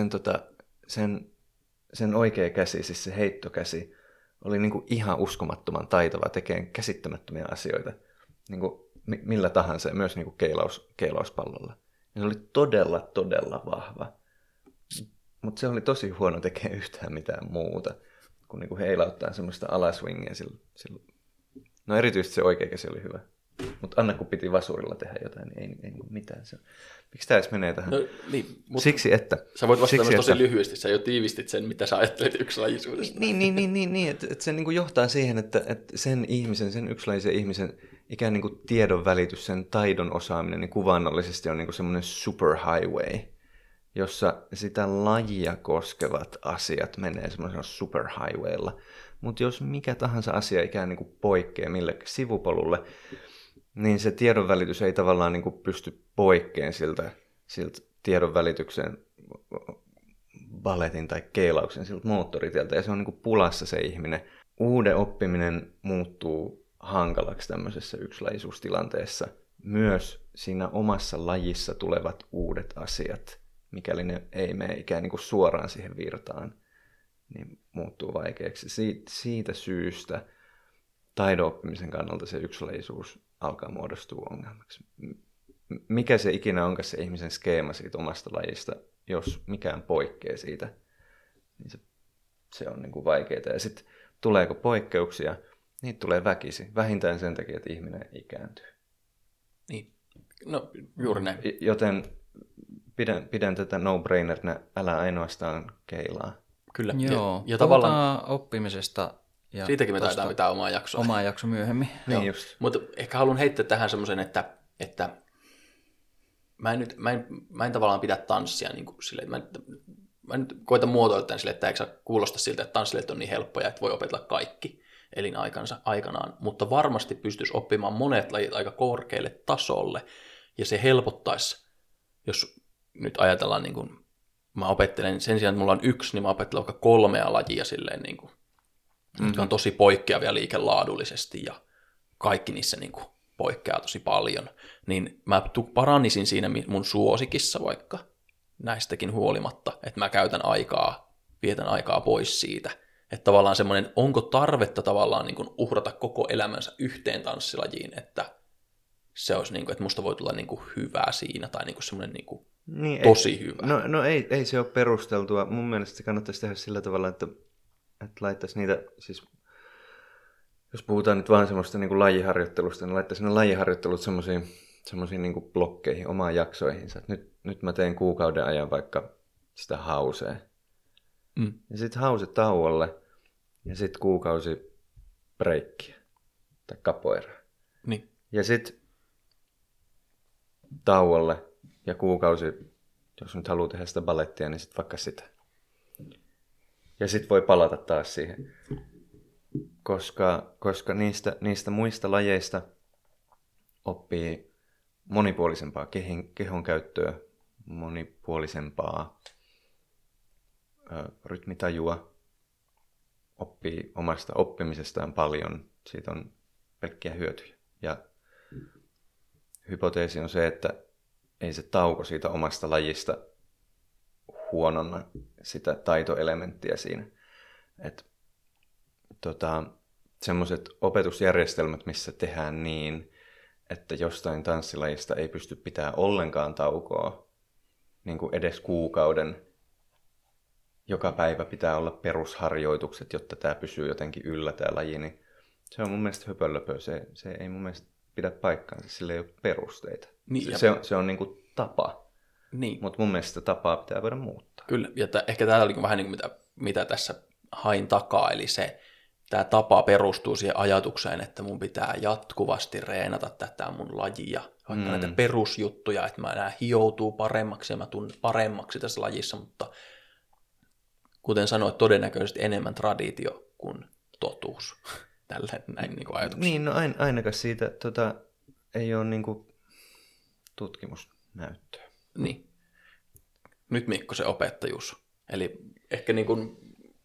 sen oikea käsi, siis se heittokäsi, oli niin kuin ihan uskomattoman taitava tekemään käsittämättömiä asioita. Niin kuin millä tahansa, myös niin kuin keilauspallolla. Ja se oli todella vahva. Mutta se oli tosi huono tekemään yhtään mitään muuta, kun niin kuin heilauttaa semmoista alaswingia. No erityisesti se oikea käsi oli hyvä. Mutta Anna, kun piti vasurilla tehdä jotain, niin ei mitään. Miksi tämä edes menee tähän? No, niin, siksi, että... Sä voit vastata myös tosi lyhyesti. Sä jo tiivistit sen, mitä sä ajattelet yksilajisuudesta. Niin, että se niin kuin johtaa siihen, että sen yksilajisen ihmisen ikään niin kuin tiedon välitys, sen taidon osaaminen niin kuvaannollisesti on niin kuin semmoinen superhighway, jossa sitä lajia koskevat asiat menee semmoisella superhighwaylla. Mutta jos mikä tahansa asia ikään niin kuin poikkeaa millekin sivupolulle, niin se tiedonvälitys ei tavallaan niin kuin pysty poikkeamaan siltä tiedonvälityksen balletin tai keilauksen siltä moottoritieltä, ja se on niin kuin pulassa se ihminen. Uuden oppiminen muuttuu hankalaksi tämmöisessä yksilajisuustilanteessa. Myös siinä omassa lajissa tulevat uudet asiat, mikäli ne ei mene ikään niin kuin suoraan siihen virtaan, niin muuttuu vaikeaksi. Siitä syystä taidon oppimisen kannalta se yksilajisuus alkaa muodostua ongelmaksi. Mikä se ikinä onkaan se ihmisen skeema siitä omasta lajista, jos mikään poikkeaa siitä, niin se on niin kuin vaikeaa. Ja sitten tuleeko poikkeuksia, niitä tulee väkisin. Vähintään sen takia, että ihminen ikääntyy. Niin, no juuri näin. Joten pidän tätä no-brainerinä, älä ainoastaan keilaa. Kyllä. Joo, ja tavallaan oppimisesta. Ja siitäkin me taitaan pitää omaa jaksoa. Omaa jakso myöhemmin. Niin just. Mutta ehkä haluan heittää tähän semmoisen, että mä en tavallaan pidä tanssia niin kuin silleen, mä nyt koitan muotoilla tämän silleen, että eikö kuulosta siltä, että tanssilijat on niin helppoja, että voi opetella kaikki elinaikansa aikanaan, mutta varmasti pystyisi oppimaan monet lajit aika korkealle tasolle, ja se helpottaisi, jos nyt ajatellaan, niin kuin, mä opettelen, sen sijaan, että mulla on yksi, niin mä opettelen vaikka 3 lajia silleen, niin kuin, jotka on tosi poikkeavia liikelaadullisesti, ja kaikki niissä niin kuin, poikkeaa tosi paljon, niin mä parannisin siinä mun suosikissa vaikka näistäkin huolimatta, että mä vietän aikaa pois siitä. Että tavallaan semmoinen, onko tarvetta tavallaan niin kuin uhrata koko elämänsä yhteen tanssilajiin, että se olisi niin kuin, että musta voi tulla niin kuin hyvä siinä, tai niin kuin semmoinen niin kuin tosi hyvä. No ei se ole perusteltua. Mun mielestä se kannattaisi tehdä sillä tavalla, että laittaisi niitä, siis jos puhutaan nyt vaan semmoista niin kuin lajiharjoittelusta, niin laittaisi ne lajiharjoittelut semmoisiin niin kuin blokkeihin, omaan jaksoihinsa. Nyt mä teen kuukauden ajan vaikka sitä hausea. Ja sitten hause tauolle ja sitten kuukausi breikkiä tai capoeiraa. Niin. Ja sitten tauolle ja kuukausi, jos nyt haluaa tehdä sitä ballettia, niin sitten vaikka sitä. Ja sitten voi palata taas siihen. Koska niistä muista lajeista oppii monipuolisempaa kehon käyttöä, monipuolisempaa rytmitajua, oppii omasta oppimisestaan paljon, siitä on pelkkiä hyötyjä. Ja hypoteesi on se, että ei se tauko siitä omasta lajista huononna sitä taitoelementtiä siinä. Että semmoiset opetusjärjestelmät, missä tehdään niin, että jostain tanssilajista ei pysty pitämään ollenkaan taukoa, niin kuin edes kuukauden. Joka päivä pitää olla perusharjoitukset, jotta tämä pysyy jotenkin yllä tämä laji, niin se on mun mielestä höpölöpö. Se ei mun mielestä pidä paikkaansa, sillä ei ole perusteita. Niin, se on niin kuin tapa, niin. Mutta mun mielestä tapaa pitää voida muuttaa. Kyllä, ja ehkä tämä oli vähän niin kuin mitä tässä hain takaa, eli tämä tapa perustuu siihen ajatukseen, että mun pitää jatkuvasti reenata tätä mun lajia, vaikka näitä perusjuttuja, että mä enää hioutuu paremmaksi ja mä tunnen paremmaksi tässä lajissa, mutta kuten sanoit, todennäköisesti enemmän traditio kuin totuus. Tällä näin niin kuin ajatuksia. Niin, no ainakaan siitä ei ole niin kuin tutkimusnäyttöä. Niin. Nyt Mikko se opettajuus. Eli ehkä niin kuin,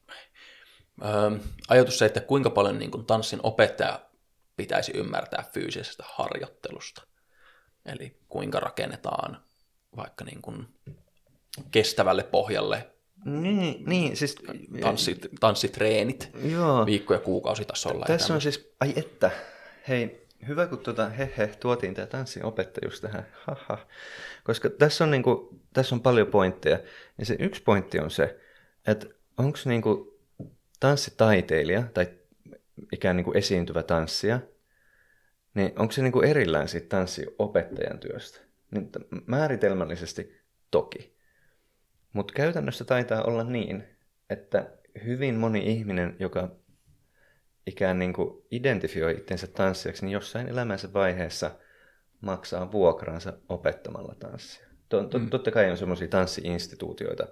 ajatus se, että kuinka paljon niin kuin tanssin opettaja pitäisi ymmärtää fyysisestä harjoittelusta. Eli kuinka rakennetaan vaikka niin kuin kestävälle pohjalle niin siis tanssitreenit joo. Viikko- ja kuukausitasolla. Tässä on siis, hei, hyvä kun tuotiin tämä tanssin opettajuus tähän, koska tässä on paljon pointteja. Ja se yksi pointti on se, että onko niinku tanssitaiteilija tai ikään niin kuin esiintyvä tanssija, niin onko se niinku erillään siitä tanssiopettajan työstä? Niin määritelmällisesti toki. Mutta käytännössä taitaa olla niin, että hyvin moni ihminen, joka ikään niin kuin identifioi itsensä tanssijaksi, niin jossain elämänsä vaiheessa maksaa vuokransa opettamalla tanssia. Totta kai on semmoisia tanssi-instituutioita,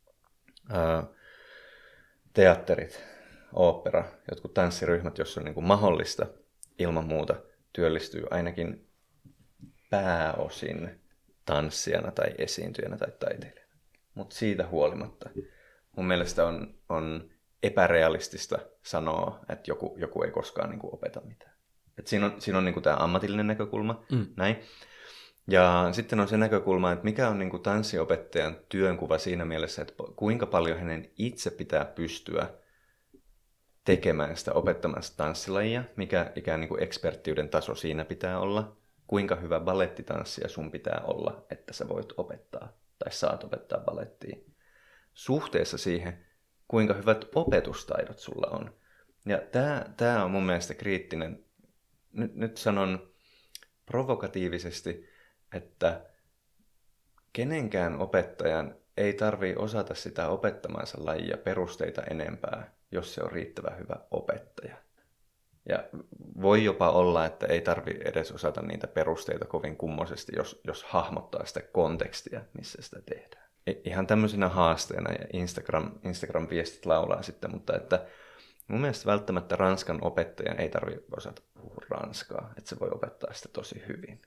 teatterit, ooppera, jotkut tanssiryhmät, jossa on niin kuin mahdollista ilman muuta työllistyy ainakin pääosin tanssijana tai esiintyjänä tai taiteilijana. Mutta siitä huolimatta mun mielestä on epärealistista sanoa, että joku ei koskaan niin kuin opeta mitään. Et siinä on niin kuin tämä ammatillinen näkökulma, näin. Ja sitten on se näkökulma, että mikä on niin kuin tanssiopettajan työnkuva siinä mielessä, että kuinka paljon hänen itse pitää pystyä tekemään sitä opettamasta tanssilajia, mikä ikään niin kuin eksperttiyden taso siinä pitää olla, kuinka hyvä balettitanssija sun pitää olla, että sä voit opettaa tai saat opettaa balettia, suhteessa siihen, kuinka hyvät opetustaidot sulla on. Ja tämä on mun mielestä kriittinen. Nyt sanon provokatiivisesti, että kenenkään opettajan ei tarvitse osata sitä opettamaansa lajia perusteita enempää, jos se on riittävän hyvä opettaja. Ja voi jopa olla, että ei tarvitse edes osata niitä perusteita kovin kummoisesti, jos hahmottaa sitä kontekstia, missä sitä tehdään. Ihan tämmöisenä haasteena, ja Instagram-viestit laulaa sitten, mutta että mun mielestä välttämättä ranskan opettajan ei tarvitse osata puhua ranskaa, että se voi opettaa sitä tosi hyvin.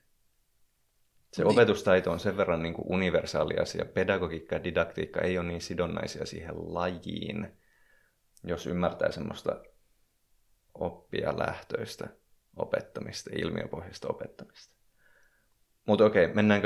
Se opetustaito on sen verran niin kuin universaali asia. Pedagogiikka ja didaktiikka ei ole niin sidonnaisia siihen lajiin, jos ymmärtää semmoista oppijalähtöistä opettamista, ilmiöpohjaista opettamista. Mutta okei, mennäänkö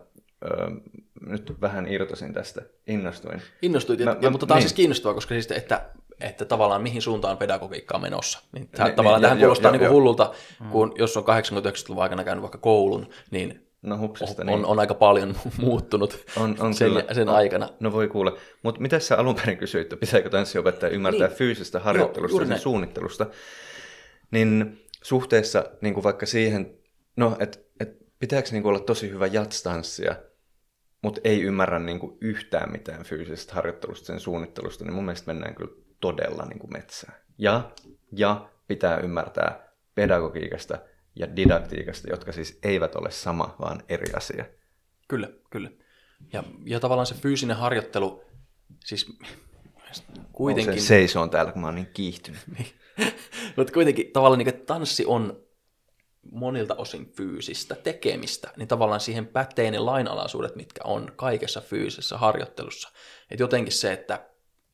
nyt vähän irtosin tästä, innostuin. Innostuit, mutta tämä on siis kiinnostavaa, koska siis, että tavallaan mihin suuntaan pedagogiikka on menossa. Niin tavallaan tähän kuulostaa niin hullulta, kun jos on 80-90-luvun aikana käynyt vaikka koulun, niin on aika paljon muuttunut sen aikana. No voi kuulla. Mutta mitä sä alun perin kysyit, että pitääkö tanssiopettaja ymmärtää fyysistä harjoittelusta ja suunnittelusta, niin suhteessa niin kuin vaikka siihen, että pitääkö niin kuin olla tosi hyvä jatstanssia, mutta ei ymmärrä niin kuin yhtään mitään fyysisestä harjoittelusta, sen suunnittelusta, niin mun mielestä mennään kyllä todella niin kuin metsään. Ja pitää ymmärtää pedagogiikasta ja didaktiikasta, jotka siis eivät ole sama, vaan eri asia. Kyllä. Ja tavallaan se fyysinen harjoittelu, siis kuitenkin... Se seisoo täällä, kun mä oon niin kiihtynyt. Mutta kuitenkin tavallaan niin, että tanssi on monilta osin fyysistä tekemistä, niin tavallaan siihen pätee ne lainalaisuudet, mitkä on kaikessa fyysisessä harjoittelussa. Että jotenkin se, että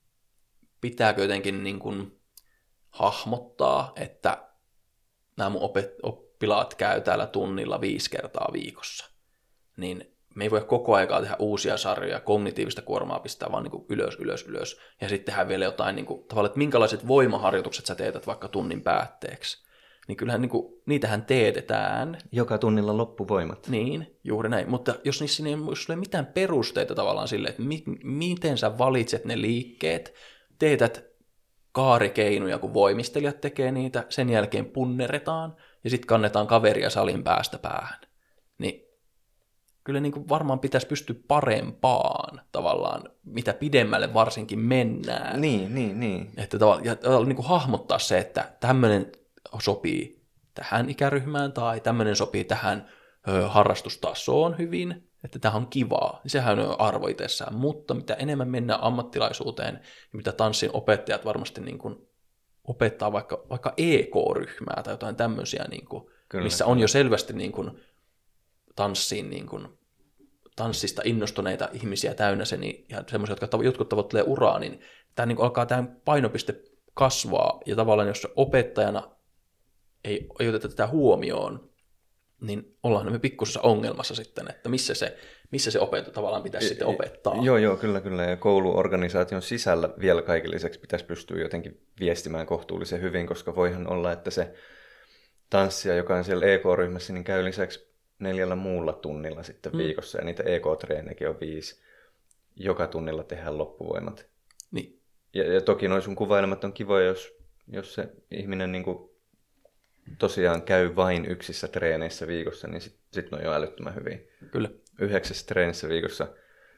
pitääkö jotenkin niin kuin hahmottaa, että nämä mun oppilaat käy täällä tunnilla 5 kertaa viikossa, niin me ei voi koko aikaa tehdä uusia sarjoja, kognitiivista kuormaa pistää vaan niin kuin ylös, ja sitten tehdään vielä jotain, niin kuin, tavallaan, että minkälaiset voimaharjoitukset sä teetät vaikka tunnin päätteeksi. Niin kyllähän niin kuin, niitähän teetetään. Joka tunnilla loppuvoimat. Niin, juuri näin. Mutta jos niissä ei ole mitään perusteita tavallaan sille, että miten sä valitset ne liikkeet, teetät kaarikeinoja, kun voimistelijat tekee niitä, sen jälkeen punneretaan ja sitten kannetaan kaveria salin päästä päähän. Niin kyllä niin kuin varmaan pitäisi pystyä parempaan tavallaan, mitä pidemmälle varsinkin mennään. Niin. Että tavallaan niin kuin hahmottaa se, että tämmöinen sopii tähän ikäryhmään tai tämmöinen sopii tähän harrastustasoon hyvin, että tämä on kivaa. Sehän on arvo itsessään, mutta mitä enemmän mennään ammattilaisuuteen ja mitä tanssin opettajat varmasti niin kuin opettaa vaikka EK-ryhmää tai jotain tämmöisiä, niin kuin, missä on jo selvästi niin kuin tanssiin niin kuin, tanssista innostuneita ihmisiä täynnä se, ja semmoisia, jotka jotkut tavoittelee uraa, niin tämä niin kuin alkaa tämä painopiste kasvaa, ja tavallaan jos opettajana ei oteta tätä huomioon, niin ollaan me pikkusessa ongelmassa sitten, että missä se opetus tavallaan pitäisi sitten opettaa. Joo, kyllä. Ja kouluorganisaation sisällä vielä kaiken lisäksi pitäisi pystyä jotenkin viestimään kohtuullisen hyvin, koska voihan olla, että se tanssija, joka on siellä EK-ryhmässä, niin käy lisäksi 4 muulla tunnilla sitten viikossa, ja niitä EK-treenejäkin on 5. Joka tunnilla tehdään loppuvoimat. Niin. Ja toki noi sun kuvailemat on kivoja, jos se ihminen niin kuin tosiaan käy vain yksissä treeneissä viikossa, niin sit ne on jo älyttömän hyviä. Kyllä. 9 treenissä viikossa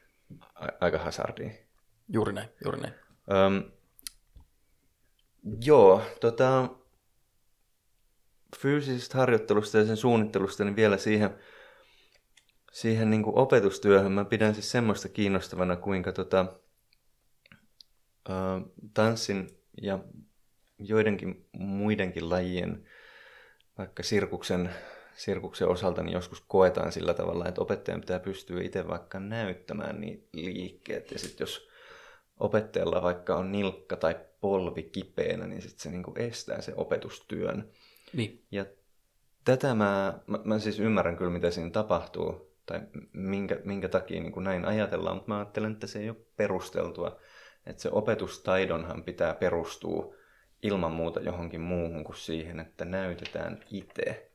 aika hazardia. Juuri näin. Fyysisestä harjoittelusta ja sen suunnittelusta, niin vielä siihen niin kuin opetustyöhön mä pidän siis semmoista kiinnostavana, kuinka tanssin ja joidenkin muidenkin lajien, vaikka sirkuksen osalta, niin joskus koetaan sillä tavalla, että opettajan pitää pystyä itse vaikka näyttämään niin liikkeet. Ja sitten jos opettajalla vaikka on nilkka tai polvi kipeänä, niin sitten se niinku estää se opetustyön. Niin. Ja tätä mä siis ymmärrän kyllä, mitä siinä tapahtuu, tai minkä takia niin kuin näin ajatellaan, mutta mä ajattelen, että se ei ole perusteltua. Että se opetustaidonhan pitää perustua ilman muuta johonkin muuhun kuin siihen, että näytetään itse.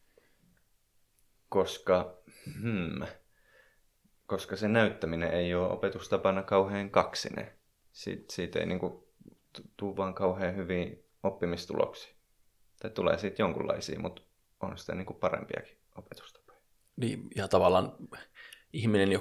Koska se näyttäminen ei ole opetustapana kauhean kaksinen. Siitä ei niinku tule vaan kauhean hyviä oppimistuloksia. Tai tulee siitä jonkunlaisia, mutta on sitä niinku parempiakin opetustapoja. Niin, ja tavallaan ihminen,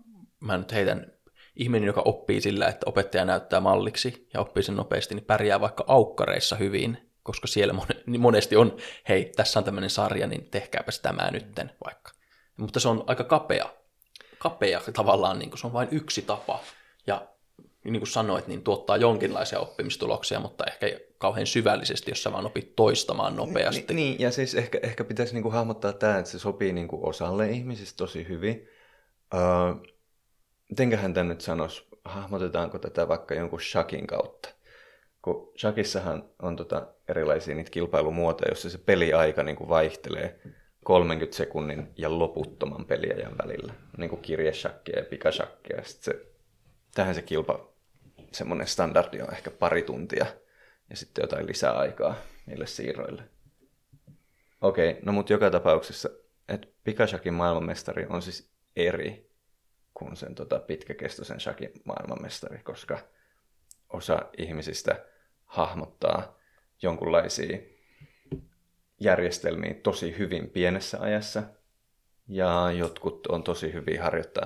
joka oppii sillä, että opettaja näyttää malliksi ja oppii sen nopeasti, niin pärjää vaikka aukkareissa hyvin, koska siellä monesti on, hei, tässä on tämmöinen sarja, niin tehkääpäs tämä nytten vaikka. Mutta se on aika kapea tavallaan, niin kuin se on vain yksi tapa, ja niin kuin sanoit, niin tuottaa jonkinlaisia oppimistuloksia, mutta ehkä kauhean syvällisesti, jos sä vaan opit toistamaan nopeasti. Niin, ja siis ehkä pitäisi niin kuin hahmottaa tämä, että se sopii niin kuin osalle ihmisistä tosi hyvin. Mitenköhän tämä nyt sanoisi, hahmotetaanko tätä vaikka jonkun shakin kautta? Kun shakissahan on erilaisia niitä kilpailumuotoja, joissa se peliaika niin kuin vaihtelee 30 sekunnin ja loputtoman peliajan välillä. Niin kuin kirjeshakkia ja pikashakkia. Tähän se semmoinen standardi on ehkä 2 tuntia ja sitten jotain lisää aikaa niille siirroille. Okei, no mutta joka tapauksessa, että pikashakin maailmanmestari on siis eri kuin sen pitkäkestoisen shakin maailmanmestari, koska osa ihmisistä hahmottaa jonkunlaisia järjestelmiä tosi hyvin pienessä ajassa, ja jotkut on tosi hyvin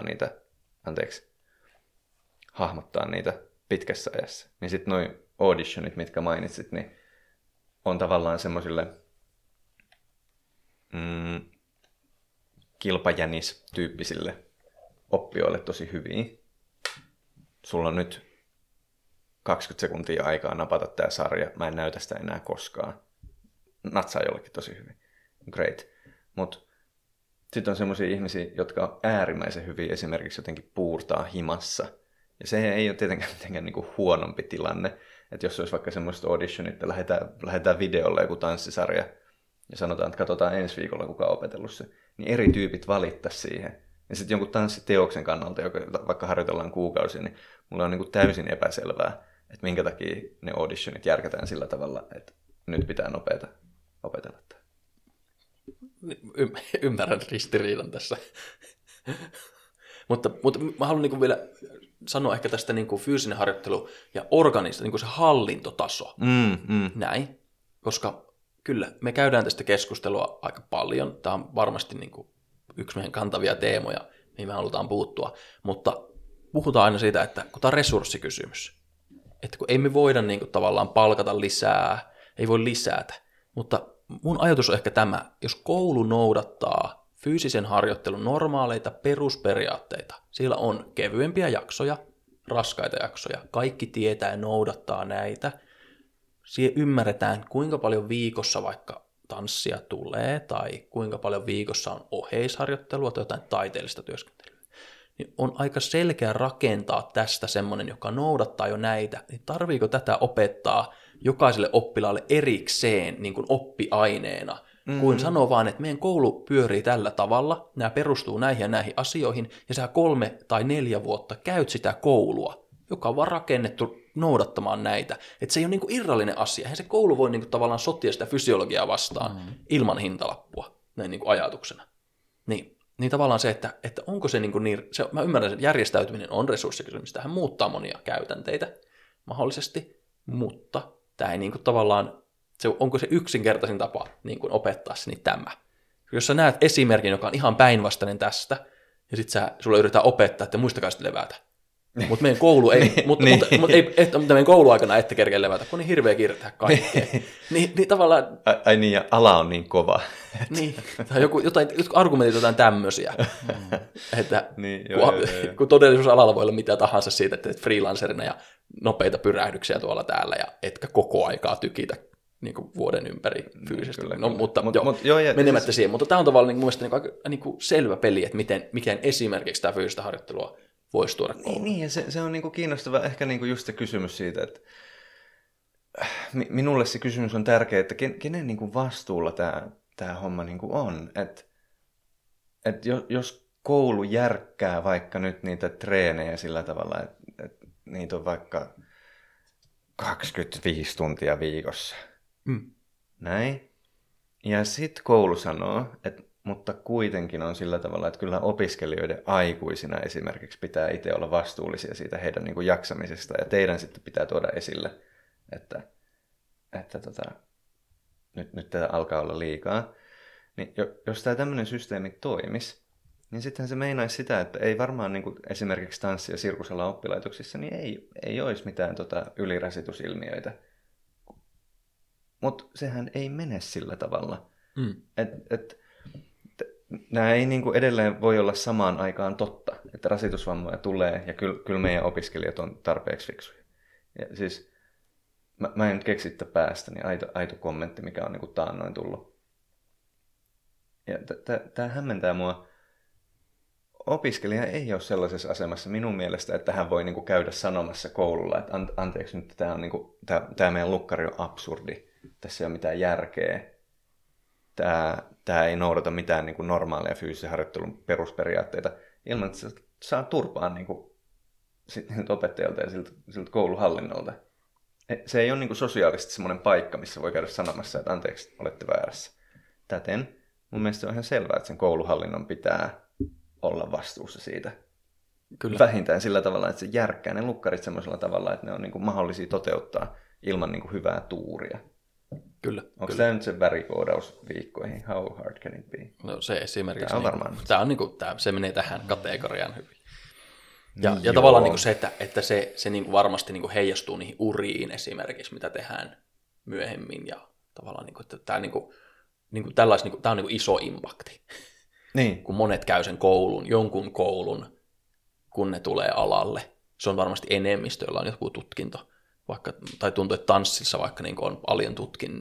hahmottaa niitä pitkässä ajassa. Niin sitten noi auditionit, mitkä mainitsit, niin on tavallaan semmoisille kilpajänis-tyyppisille oppijoille tosi hyviä. Sulla on nyt 20 sekuntia aikaa napata tää sarja. Mä en näytä sitä enää koskaan. Natsaa jollekin tosi hyvin. Great. Mut sitten on semmoisia ihmisiä, jotka on äärimmäisen hyviä esimerkiksi jotenkin puurtaa himassa. Ja se ei ole tietenkään mitenkään niinku huonompi tilanne. Että jos olisi vaikka semmoista auditionit, että lähdetään videolle joku tanssisarja ja sanotaan, että katsotaan ensi viikolla, kuka on opetellut se, niin eri tyypit valittaisi siihen. Ja sitten jonkun tanssiteoksen kannalta, joka vaikka harjoitellaan kuukausia, niin mulla on niinku täysin epäselvää, että minkä takia ne auditionit järkätään sillä tavalla, että nyt pitää nopeata opetella. Ymmärrän ristiriidan tässä. mutta mä haluan niinku vielä sanoa ehkä tästä niinku fyysinen harjoittelu ja organista, niinku se hallintotaso. Näin, koska kyllä me käydään tästä keskustelua aika paljon. Tämä on varmasti niinku yksi meidän kantavia teemoja, mihin me halutaan puuttua, mutta puhutaan aina siitä, että kun tämä on resurssikysymys, että kun ei me voida niinku tavallaan palkata lisää, ei voi lisätä, mutta mun ajatus on ehkä tämä, jos koulu noudattaa fyysisen harjoittelun normaaleita perusperiaatteita, siellä on kevyempiä jaksoja, raskaita jaksoja, kaikki tietää ja noudattaa näitä, siellä ymmärretään kuinka paljon viikossa vaikka tanssia tulee, tai kuinka paljon viikossa on oheisharjoittelua tai jotain taiteellista työskentelyä, niin on aika selkeä rakentaa tästä semmoinen, joka noudattaa jo näitä, niin tarviiko tätä opettaa jokaiselle oppilaalle erikseen niin kuin oppiaineena, kuin sanoo vaan, että meidän koulu pyörii tällä tavalla, nämä perustuu näihin ja näihin asioihin, ja sä 3 tai 4 vuotta käyt sitä koulua, joka on vaan rakennettu noudattamaan näitä. Että se ei ole niin kuin irrallinen asia. Eihän se koulu voi niin kuin tavallaan sotia sitä fysiologiaa vastaan ilman hintalappua, näin niin kuin ajatuksena. Niin tavallaan se, että onko se niin, mä ymmärrän, että järjestäytyminen on resurssikysymys. Tähän muuttaa monia käytänteitä mahdollisesti, mutta tämä ei niin kuin tavallaan, onko se yksinkertaisin tapa niin kuin opettaa se, niin tämä. Jos sä näet esimerkin, joka on ihan päinvastainen tästä, ja sitten sulle yritetään opettaa, että muistakaa sitten levätä. Mutta meidän koulu ei, mutta meidän kouluaikana ette kerkeä levätä, kun on niin hirveä kiire tehdä kaikkea. niin tavallaan... Ai niin, ja ala on niin kova. Niin, tai jotkut argumentit jotain tämmöisiä. Että kun todellisuusalalla voi olla mitä tahansa siitä, että teet freelancerina ja nopeita pyrähdyksiä tuolla täällä, ja etkä koko aikaa tykitä niin kuin vuoden ympäri fyysisesti. Menemättä siihen. Mutta tämä on tavallaan niin mun mielestä niin kuin selvä peli, että miten esimerkiksi tämä fyysistä harjoittelua voisi tuoda kouluun. Niin, ja se on niinku kiinnostava ehkä niinku just se kysymys siitä, että minulle se kysymys on tärkeä, että kenen niinku vastuulla tämä homma niinku on. Että jos koulu järkkää vaikka nyt niitä treenejä sillä tavalla, että niitä on vaikka 25 tuntia viikossa. Näin. Ja sitten koulu sanoo, että mutta kuitenkin on sillä tavalla, että kyllä opiskelijoiden aikuisina esimerkiksi pitää itse olla vastuullisia siitä heidän niin kuin jaksamisesta, ja teidän sitten pitää tuoda esille, että nyt tätä alkaa olla liikaa. Niin jos tämä tämmöinen systeemi toimisi, niin sittenhän se meinaisi sitä, että ei varmaan niin kuin esimerkiksi tanssi- ja sirkusalan oppilaitoksissa, niin ei olisi mitään ylirasitusilmiöitä. Mutta sehän ei mene sillä tavalla. Nämä ei niin kuin edelleen voi olla samaan aikaan totta, että rasitusvammoja tulee ja kyllä meidän opiskelijat on tarpeeksi fiksuja. Ja siis mä en nyt keksittä päästäni aito kommentti, mikä on niin kuin taannoin tullut. Ja tämä hämmentää mua. Opiskelija ei ole sellaisessa asemassa minun mielestä, että hän voi niin kuin käydä sanomassa koululla, että anteeksi nyt, tämä niin tämä meidän lukkari on absurdi, tässä ei ole mitään järkeä. Tämä ei noudata mitään niin kuin normaaleja fyysisen harjoittelun perusperiaatteita, ilman että se saa turpaan niin kuin siltä opettajalta ja siltä kouluhallinnolta. Se ei ole niin kuin sosiaalisesti semmoinen paikka, missä voi käydä sanomassa, että anteeksi, olette väärässä. Täten mun mielestä on ihan selvää, että sen kouluhallinnon pitää olla vastuussa siitä. Kyllä. Vähintään sillä tavalla, että se järkkää ne lukkarit semmoisella tavalla, että ne on niin kuin mahdollisia toteuttaa ilman niin kuin hyvää tuuria. Kyllä. Onko tämä nyt se värikoodaus viikkoihin? How hard can it be? No se esimerkiksi. Tämä on varmaan. Se menee tähän kategoriaan hyvin. Ja tavallaan niin kuin se, että se niin kuin varmasti niin kuin heijastuu niihin uriin esimerkiksi, mitä tehdään myöhemmin. Ja tavallaan, niin kuin, että tämä, niin kuin, tämä on niin kuin iso impakti. Niin. Kun monet käy sen jonkun koulun, kun ne tulee alalle. Se on varmasti enemmistö, jolla on joku tutkinto. Tai tuntuu, että tanssissa vaikka niin on paljon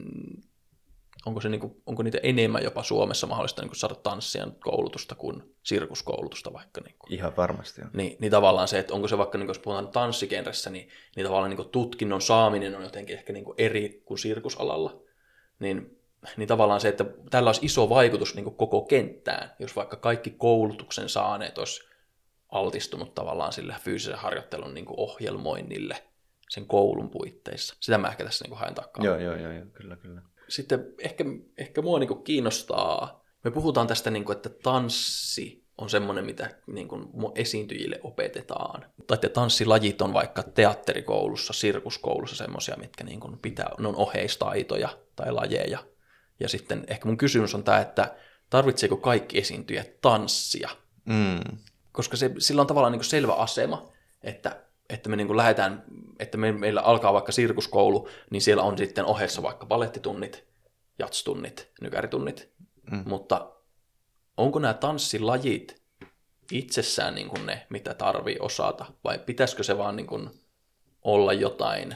onko niitä enemmän jopa Suomessa mahdollista niin saada tanssijan koulutusta kuin sirkuskoulutusta vaikka. Niin ihan varmasti on. Niin tavallaan se, että onko se vaikka, niin jos puhutaan tanssigenressä, niin tavallaan niin tutkinnon saaminen on jotenkin ehkä niin eri kuin sirkusalalla. Niin tavallaan se, että tällä olisi iso vaikutus niin koko kenttään, jos vaikka kaikki koulutuksen saaneet olisi altistunut tavallaan sille fyysisen harjoittelun niin ohjelmoinnille sen koulun puitteissa. Sitä mä ehkä tässä niin haen takaa. Joo, kyllä. Sitten ehkä mua niin kiinnostaa, me puhutaan tästä, niin kuin, että tanssi on semmoinen, mitä niin kuin esiintyjille opetetaan. Tai että tanssilajit on vaikka teatterikoulussa, sirkuskoulussa semmoisia, mitkä niin kuin ne on oheistaitoja tai lajeja. Ja sitten ehkä mun kysymys on tämä, että tarvitseeko kaikki esiintyjät tanssia? Koska sillä on tavallaan niin kuin selvä asema, että me niin kuin lähdetään, että meillä alkaa vaikka sirkuskoulu, niin siellä on sitten ohessa vaikka balettitunnit, jatstunnit, nykäritunnit. Mutta onko nämä tanssilajit itsessään niin kuin ne, mitä tarvii osata? Vai pitäisikö se vaan niin kuin olla jotain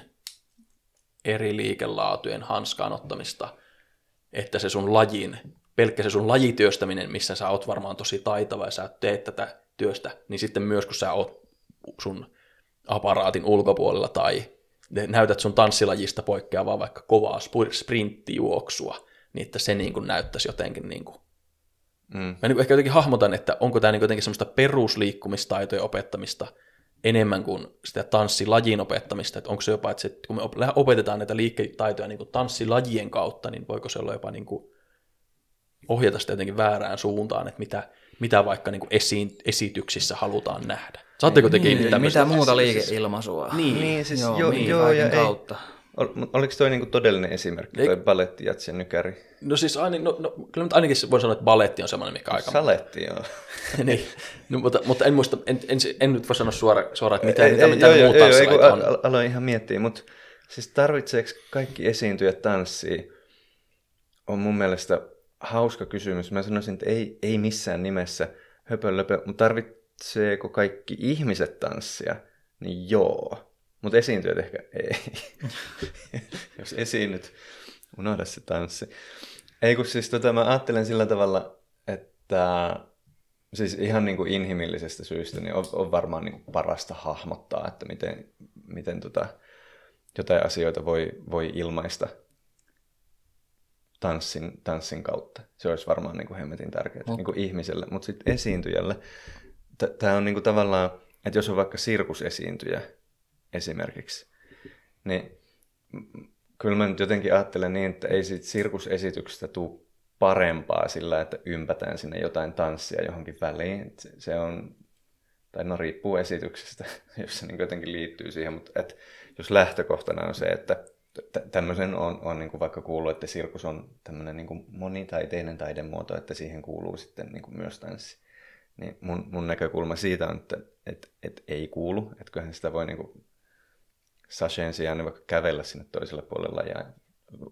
eri liikelaatujen hanskaan ottamista, että se sun pelkkä se sun lajityöstäminen, missä sä oot varmaan tosi taitava ja sä teet tätä työstä, niin sitten myös kun sä oot sun aparaatin ulkopuolella tai näytät sun tanssilajista poikkeavaa vaikka kovaa sprinttijuoksua, niin että se niin kuin näyttäisi jotenkin niin kuin. Mä niin ehkä jotenkin hahmotan, että onko tämä niin jotenkin semmoista perusliikkumistaitojen opettamista enemmän kuin sitä tanssilajin opettamista, että onko se jopa, että kun me opetetaan näitä liiketaitoja niin kuin tanssilajien kautta, niin voiko se olla jopa niin kuin ohjata sitä jotenkin väärään suuntaan, että mitä vaikka niin kuin esityksissä halutaan nähdä. Saatteko te kiinnittää mitä muuta liikeilmaisua? Niin, siis joo ja kautta. Oliko toi niinku todellinen esimerkki, toi baletti, jatsi ja nykäri? No siis kyllä nyt ainakin voin sanoa, että baletti on semmoinen, mikä aika. Saletti, joo. Niin, no, mutta en muista, en nyt voi sanoa suoraan, että mitä muut tanssilajit on. Aloin ihan miettiä, mutta siis tarvitseeko kaikki esiintyjät tanssia? On mun mielestä hauska kysymys. Mä sanoisin, että ei missään nimessä höpölöpö, mutta tarvitseeko kaikki ihmiset tanssia? Niin joo. Mutta esiintyjät ehkä ei. Jos esiinnyt, unohda se tanssi. Ei kun siis mä ajattelen sillä tavalla, että siis ihan niin kuin inhimillisestä syystä niin on varmaan niin kuin parasta hahmottaa, että miten jotain asioita voi ilmaista tanssin kautta. Se olisi varmaan niin kuin hemmetin tärkeää niin kuin ihmiselle. Mutta sitten esiintyjälle, tämä on niin kuin tavallaan, että jos on vaikka sirkusesiintyjä, esimerkiksi, niin kyllä mä nyt jotenkin ajattelen niin, että ei siitä sirkusesityksestä tule parempaa sillä, että ympätään sinne jotain tanssia johonkin väliin. Se on, tai no riippuu esityksestä, jos se niin jotenkin liittyy siihen, mutta että jos lähtökohtana on se, että tämmöisen on niin kuin vaikka kuullut, että sirkus on tämmöinen niin kuin monitaiteinen taidemuoto, että siihen kuuluu sitten niin kuin myös tanssi. Niin mun näkökulma siitä on, että ei kuulu, että kyllähän sitä voi niin kuin sacheen sijaan niin vaikka kävellä sinne toiselle puolelle ja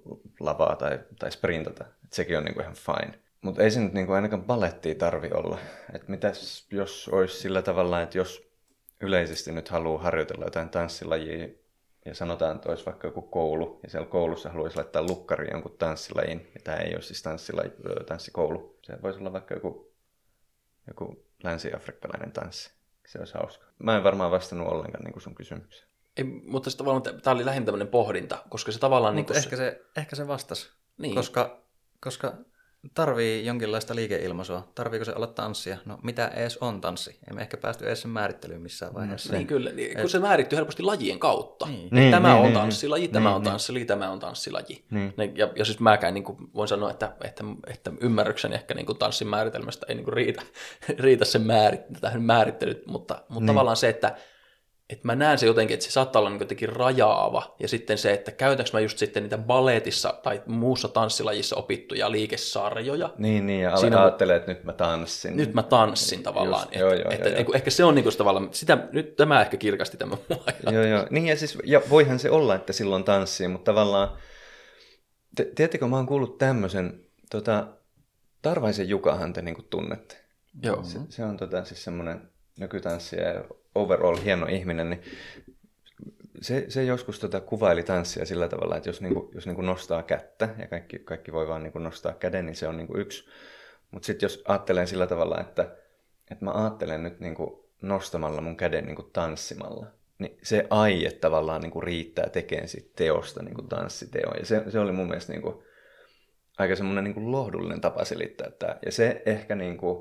lavaa tai sprintata. Et sekin on niin kuin ihan fine. Mutta ei se nyt niin kuin ainakaan balettia tarvi olla. Et mitäs jos olisi sillä tavalla, että jos yleisesti nyt haluaa harjoitella jotain tanssilajia, ja sanotaan, että olisi vaikka joku koulu, ja siellä koulussa haluaisi laittaa lukkariin jonkun tanssilajiin, ja tämä ei ole siis tanssikoulu. Se voisi olla vaikka joku länsi-afrikkalainen tanssi. Se olisi hauska. Mä en varmaan vastannut ollenkaan niin kuin sun kysymykseen. Ei, mutta se tavallaan, tämä oli lähinnä tämmöinen pohdinta, koska se tavallaan... Mutta niin ehkä se vastasi, niin. koska tarvii jonkinlaista liikeilmaisua. Tarviiko se olla tanssia? No mitä edes on tanssi? Emme ehkä päästy edes sen määrittelyyn missään vaiheessa. Niin kyllä, kun se määrittyy helposti lajien kautta. Niin. Tämä on tanssilaji, tämä on tanssilaji, tämä on tanssilaji. Niin. Ja siis mäkään niin kuin voin sanoa, että ymmärrykseni ehkä niin kuin tanssin määritelmästä ei niin kuin riitä sen määrittelyt, mutta tavallaan se, että mä näen se jotenkin, että se saattaa olla niin jotenkin rajaava, ja sitten se, että käytänkö mä just sitten niitä balletissa tai muussa tanssilajissa opittuja liikesarjoja. Niin, ja ajattelee, että nyt mä tanssin. Nyt mä tanssin tavallaan. Joo. Ehkä se on niin kuin tavallaan, nyt tämä ehkä kirkasti tämä mua. Joo. Niin, ja voihan se olla, että silloin tanssii, mutta tavallaan, tiedättekö, mä oon kuullut tämmöisen, Tarvaisen Jukahan te niin kuin tunnette. Joo. Se on siis semmoinen nykytanssija ja overall hieno ihminen, niin se joskus kuvaili tanssia sillä tavalla, että jos nostaa kättä, ja kaikki voi vaan nostaa käden, niin se on yksi. Mutta sitten jos ajattelen sillä tavalla, että mä ajattelen nyt nostamalla mun käden tanssimalla, niin se aie tavallaan riittää tekemään siitä teosta tanssiteon. Ja se oli mun mielestä aika semmoinen lohdullinen tapa selittää tämä. Ja se ehkä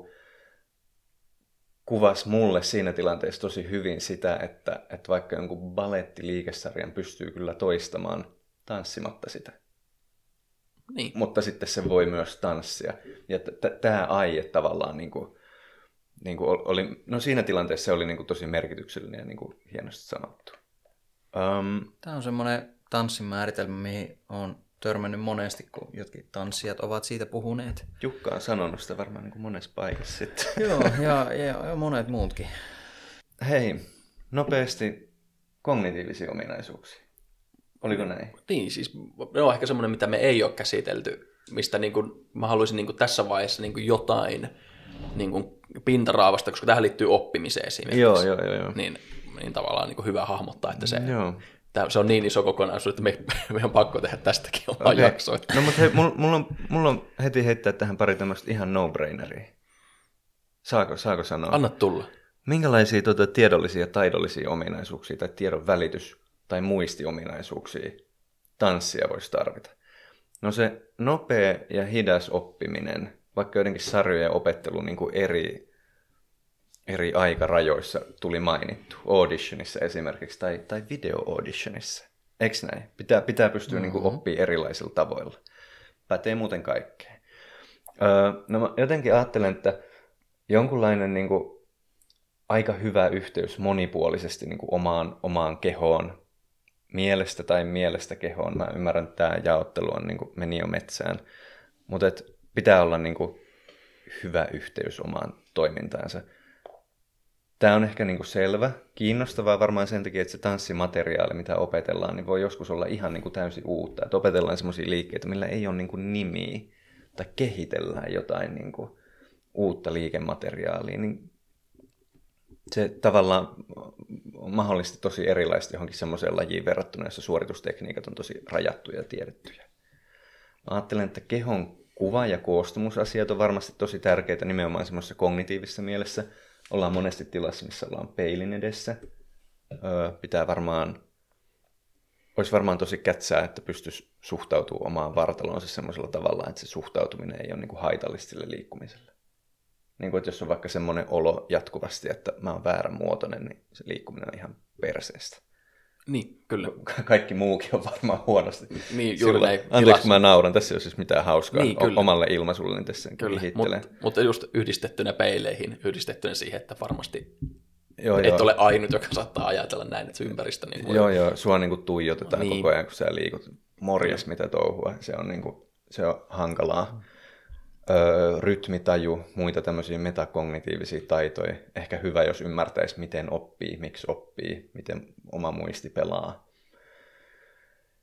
kuvasi mulle siinä tilanteessa tosi hyvin sitä, että vaikka jonkun balettiliikesarjan pystyy kyllä toistamaan tanssimatta sitä. Niin. Mutta sitten se voi myös tanssia. Ja tämä aie tavallaan oli, no siinä tilanteessa se oli tosi merkityksellinen ja hienosti sanottu. Tämä on semmoinen tanssin määritelmä, mihin on törmännyt monesti, kun jotkin tanssijat ovat siitä puhuneet. Jukka on sanonut sitä varmaan monessa paikassa sitten. Joo, ja monet muutkin. Hei, nopeasti kognitiivisia ominaisuuksia. Oliko näin? Niin, siis ne on ehkä semmoinen, mitä me ei ole käsitelty, mistä mä haluaisin tässä vaiheessa jotain pintaraavasta, koska tähän liittyy oppimiseen esimerkiksi. Joo. Niin tavallaan hyvä hahmottaa, että se on niin iso kokonaisuus, että me on pakko tehdä tästäkin omaa jaksoa. No mutta hei, mulla on heti heittää tähän pari tämmöistä ihan no-braineria. Saako sanoa? Anna tulla. Minkälaisia tiedollisia ja taidollisia ominaisuuksia tai tiedon välitys- tai muistiominaisuuksia tanssia voisi tarvita? No se nopea ja hidas oppiminen, vaikka joidenkin sarjojen opettelu eri aikarajoissa tuli mainittu. Auditionissa esimerkiksi tai video-auditionissa. Eikö näin? Pitää pystyä oppimaan erilaisilla tavoilla. Pätee muuten kaikkeen. No mä jotenkin ajattelen, että jonkunlainen aika hyvä yhteys monipuolisesti omaan kehoon, mielestä tai mielestä kehoon. Mä ymmärrän, että tämä jaottelu on meni jo metsään. Mutta pitää olla hyvä yhteys omaan toimintaansa. Tämä on ehkä selvä, kiinnostavaa varmaan sen takia, että se tanssimateriaali, mitä opetellaan, niin voi joskus olla ihan täysin uutta. Että opetellaan semmoisia liikkeitä, millä ei ole nimiä, tai kehitellään jotain uutta liikemateriaalia. Niin se tavallaan on mahdollisesti tosi erilaista johonkin semmoiseen lajiin verrattuna, jossa suoritustekniikat on tosi rajattuja ja tiedettyjä. Mä ajattelen, että kehon kuva- ja koostumusasiat on varmasti tosi tärkeitä nimenomaan semmoisessa kognitiivisessa mielessä. Ollaan monesti tilassa, missä ollaan peilin edessä. Olisi varmaan tosi kätsää, että pystyisi suhtautumaan omaan vartaloonsa semmoisella tavalla, että se suhtautuminen ei ole haitallista sille liikkumiselle. Että jos on vaikka semmoinen olo jatkuvasti, että mä oon väärän muotoinen, niin se liikkuminen on ihan perseestä. Niin, kyllä. Kaikki muukin on varmaan huonosti. Niin, juuri näin. Anteeksi, kun mä nauran. Tässä ei ole siis mitään hauskaa niin, omalle ilmaisulle, niin tässä kehittelen. Mutta just yhdistettynä peileihin, yhdistettynä siihen, että varmasti et ole ainut, joka saattaa ajatella näin, että se ympäristö... Joo, sua tuijotetaan koko ajan, kun sä liikut. Morjes, mitä touhua. Se on hankalaa. Rytmitaju, muita tämmöisiä metakognitiivisia taitoja. Ehkä hyvä, jos ymmärtäisi, miten oppii, miksi oppii, miten oma muisti pelaa.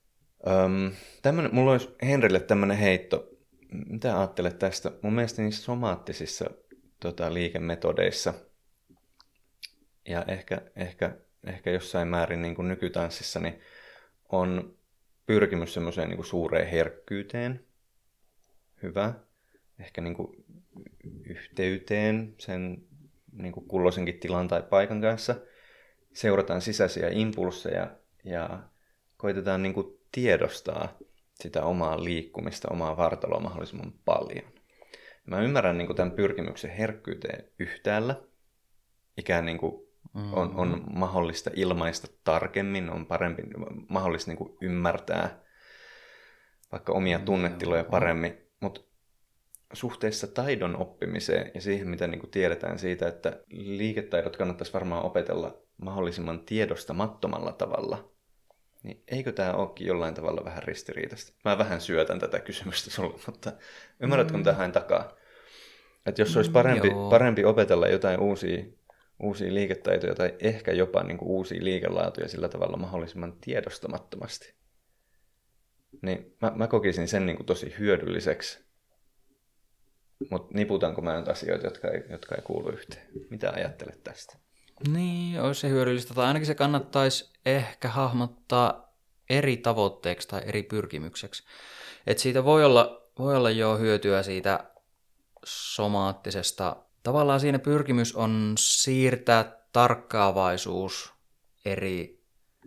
Mulla olisi Henrille tämmöinen heitto. Mitä ajattelet tästä? Mun mielestä niissä somaattisissa liikemetodeissa ja ehkä jossain määrin niin kuin nykytanssissa niin on pyrkimys semmoiseen niin kuin suureen herkkyyteen. Hyvä. Ehkä niin kuin yhteyteen sen niin kuin kulloisenkin tilan tai paikan kanssa. Seurataan sisäisiä impulsseja ja koitetaan niin kuin tiedostaa sitä omaa liikkumista, omaa vartaloa mahdollisimman paljon. Mä ymmärrän niin kuin tämän pyrkimyksen herkkyyteen yhtäällä. Ikään niin kuin on mahdollista ilmaista tarkemmin, on parempi, mahdollista niin kuin ymmärtää vaikka omia tunnetiloja paremmin, mutta suhteessa taidon oppimiseen ja siihen, mitä niin kuin tiedetään siitä, että liiketaidot kannattaisi varmaan opetella mahdollisimman tiedostamattomalla tavalla, niin eikö tämä olekin jollain tavalla vähän ristiriitaista? Mä vähän syötän tätä kysymystä sulle, mutta ymmärrätkö, mitä haen takaa? Että jos olisi parempi opetella jotain uusia liiketaitoja tai ehkä jopa niin kuin uusia liikelaatuja sillä tavalla mahdollisimman tiedostamattomasti, niin mä kokisin sen niin kuin tosi hyödylliseksi. Mutta niputanko mä nyt asioita, jotka ei kuulu yhteen? Mitä ajattelet tästä? Niin, olisi se hyödyllistä. Tai ainakin se kannattaisi ehkä hahmottaa eri tavoitteeksi tai eri pyrkimykseksi. Et siitä voi olla jo hyötyä siitä somaattisesta. Tavallaan siinä pyrkimys on siirtää tarkkaavaisuus eri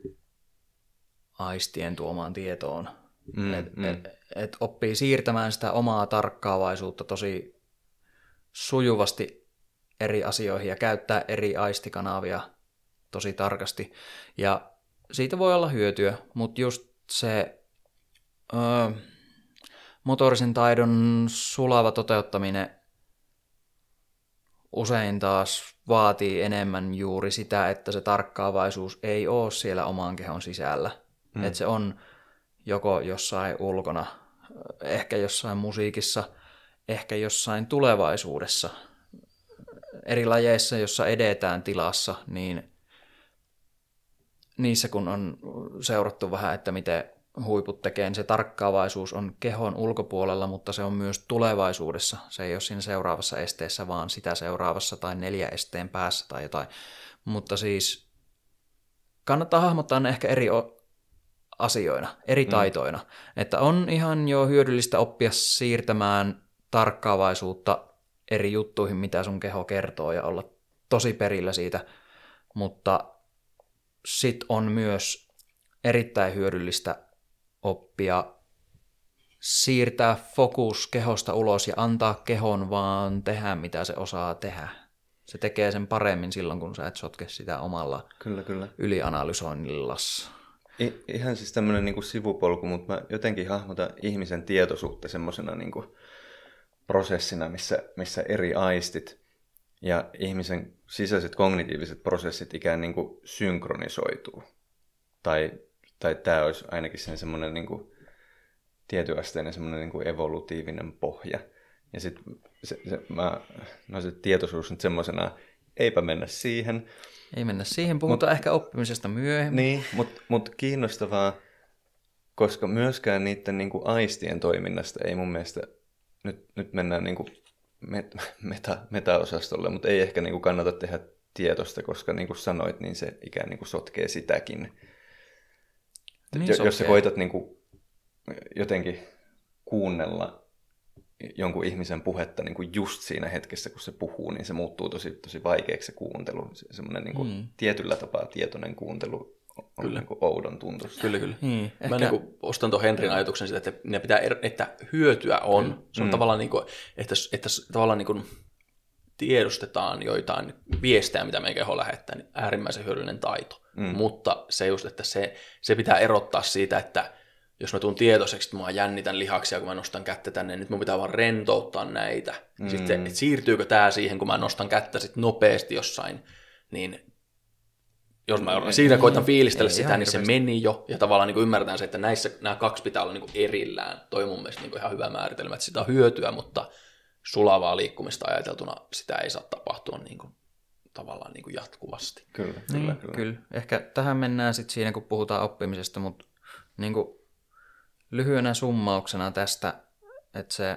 aistien tuomaan tietoon. Et oppii siirtämään sitä omaa tarkkaavaisuutta tosi sujuvasti eri asioihin ja käyttää eri aistikanavia tosi tarkasti. Ja siitä voi olla hyötyä, mutta just se motorisen taidon sulava toteuttaminen usein taas vaatii enemmän juuri sitä, että se tarkkaavaisuus ei ole siellä oman kehon sisällä. Että se on joko jossain ulkona, ehkä jossain musiikissa, ehkä jossain tulevaisuudessa. Eri lajeissa, jossa edetään tilassa, niin niissä kun on seurattu vähän, että miten huiput tekee, niin se tarkkaavaisuus on kehon ulkopuolella, mutta se on myös tulevaisuudessa. Se ei ole siinä seuraavassa esteessä, vaan sitä seuraavassa tai 4 esteen päässä tai jotain. Mutta siis kannattaa hahmottaa ne ehkä eri asioina, eri taitoina. Että on ihan jo hyödyllistä oppia siirtämään tarkkaavaisuutta eri juttuihin, mitä sun keho kertoo ja olla tosi perillä siitä, mutta sit on myös erittäin hyödyllistä oppia siirtää fokus kehosta ulos ja antaa kehon vaan tehdä, mitä se osaa tehdä. Se tekee sen paremmin silloin, kun sä et sotke sitä omalla ylianalysoinnillasi. Ihan siis tämmöinen niin kuin sivupolku, mutta mä jotenkin hahmotan ihmisen tietosuhteen semmoisena niin kuin prosessina, missä eri aistit ja ihmisen sisäiset kognitiiviset prosessit ikään niin kuin synkronisoituu. Tai tämä olisi ainakin sen semmoinen niin kuin tietyasteinen semmoinen niin kuin evolutiivinen pohja. Ja sitten se tietoisuus nyt semmoisena, eipä mennä siihen. Ei mennä siihen, puhutaan ehkä oppimisesta myöhemmin. Niin, mutta kiinnostavaa, koska myöskään niiden niin kuin aistien toiminnasta ei mun mielestä, nyt mennään niin kuin meta-osastolle, mutta ei ehkä niin kuin kannata tehdä tietosta, koska niin kuin sanoit, niin se ikään niin kuin sotkee sitäkin. Niin jos sä koitat niin kuin jotenkin kuunnella jonkun ihmisen puhetta niin kuin just siinä hetkessä, kun se puhuu, niin se muuttuu tosi vaikeaksi se kuuntelu. Semmoinen niin kuin tietyllä tapaa tietoinen kuuntelu on niin kuin oudon tuntusta. Kyllä. Mä niin kuin ostan tuon Henrin ajatuksen siitä, että ne pitää, että hyötyä on. Se on tavallaan, niin kuin, että tavallaan niin kuin tiedostetaan joitain viestejä, mitä meidän keho lähettää, niin äärimmäisen hyödyllinen taito. Mutta se just, että se pitää erottaa siitä, että jos mä tuun tietoiseksi, että mä jännitän lihaksia, kun mä nostan kättä tänne, niin nyt mun pitää vaan rentouttaa näitä. Sitten, että siirtyykö tää siihen, kun mä nostan kättä sit nopeasti jossain, niin jos mä siinä koitan fiilistellä sitä, niin se meni jo. Ja tavallaan niin kuin ymmärretään se, että nämä kaksi pitää olla niin kuin erillään. Toi on mun mielestä niin kuin ihan hyvä määritelmä, että sitä on hyötyä, mutta sulavaa liikkumista ajateltuna sitä ei saa tapahtua niin kuin, tavallaan niin kuin jatkuvasti. Kyllä. Ehkä tähän mennään sitten siinä, kun puhutaan oppimisesta, mutta niin kuin lyhyenä summauksena tästä, että se,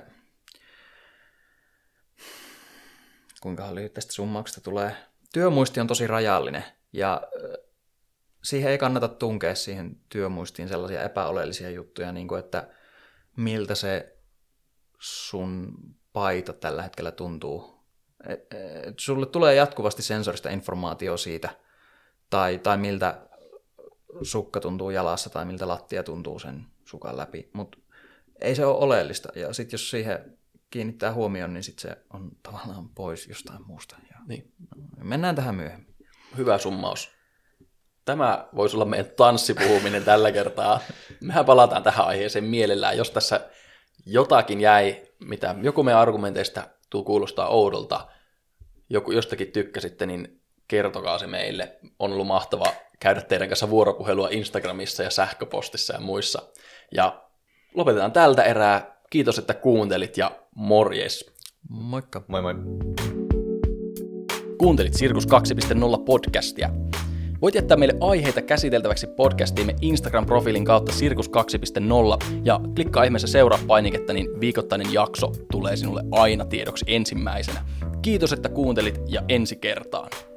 kuinka lyhyt tästä summauksesta tulee, työmuisti on tosi rajallinen ja siihen ei kannata tunkea siihen työmuistiin sellaisia epäoleellisia juttuja, niin kuin että miltä se sun paita tällä hetkellä tuntuu. Sulle tulee jatkuvasti sensorista informaatiota siitä, tai miltä sukka tuntuu jalassa, tai miltä lattia tuntuu sen sukan läpi, mutta ei se ole oleellista. Ja sitten jos siihen kiinnittää huomioon, niin sitten se on tavallaan pois jostain muusta. Niin. Mennään tähän myöhemmin. Hyvä summaus. Tämä voisi olla meidän tanssipuhuminen tällä kertaa. Mehän palataan tähän aiheeseen mielellään. Jos tässä jotakin jäi, mitä joku meidän argumenteista kuulostaa oudolta, jostakin tykkäsitte, niin kertokaa se meille. On ollut mahtava käydä teidän kanssa vuoropuhelua Instagramissa ja sähköpostissa ja muissa. Ja lopetetaan tältä erää. Kiitos, että kuuntelit ja morjes. Moikka. Moi moi. Kuuntelit Sirkus 2.0 podcastia. Voit jättää meille aiheita käsiteltäväksi podcastiimme Instagram-profiilin kautta Sirkus 2.0 ja klikkaa ihmeessä seuraa painiketta, niin viikoittainen jakso tulee sinulle aina tiedoksi ensimmäisenä. Kiitos, että kuuntelit ja ensi kertaan.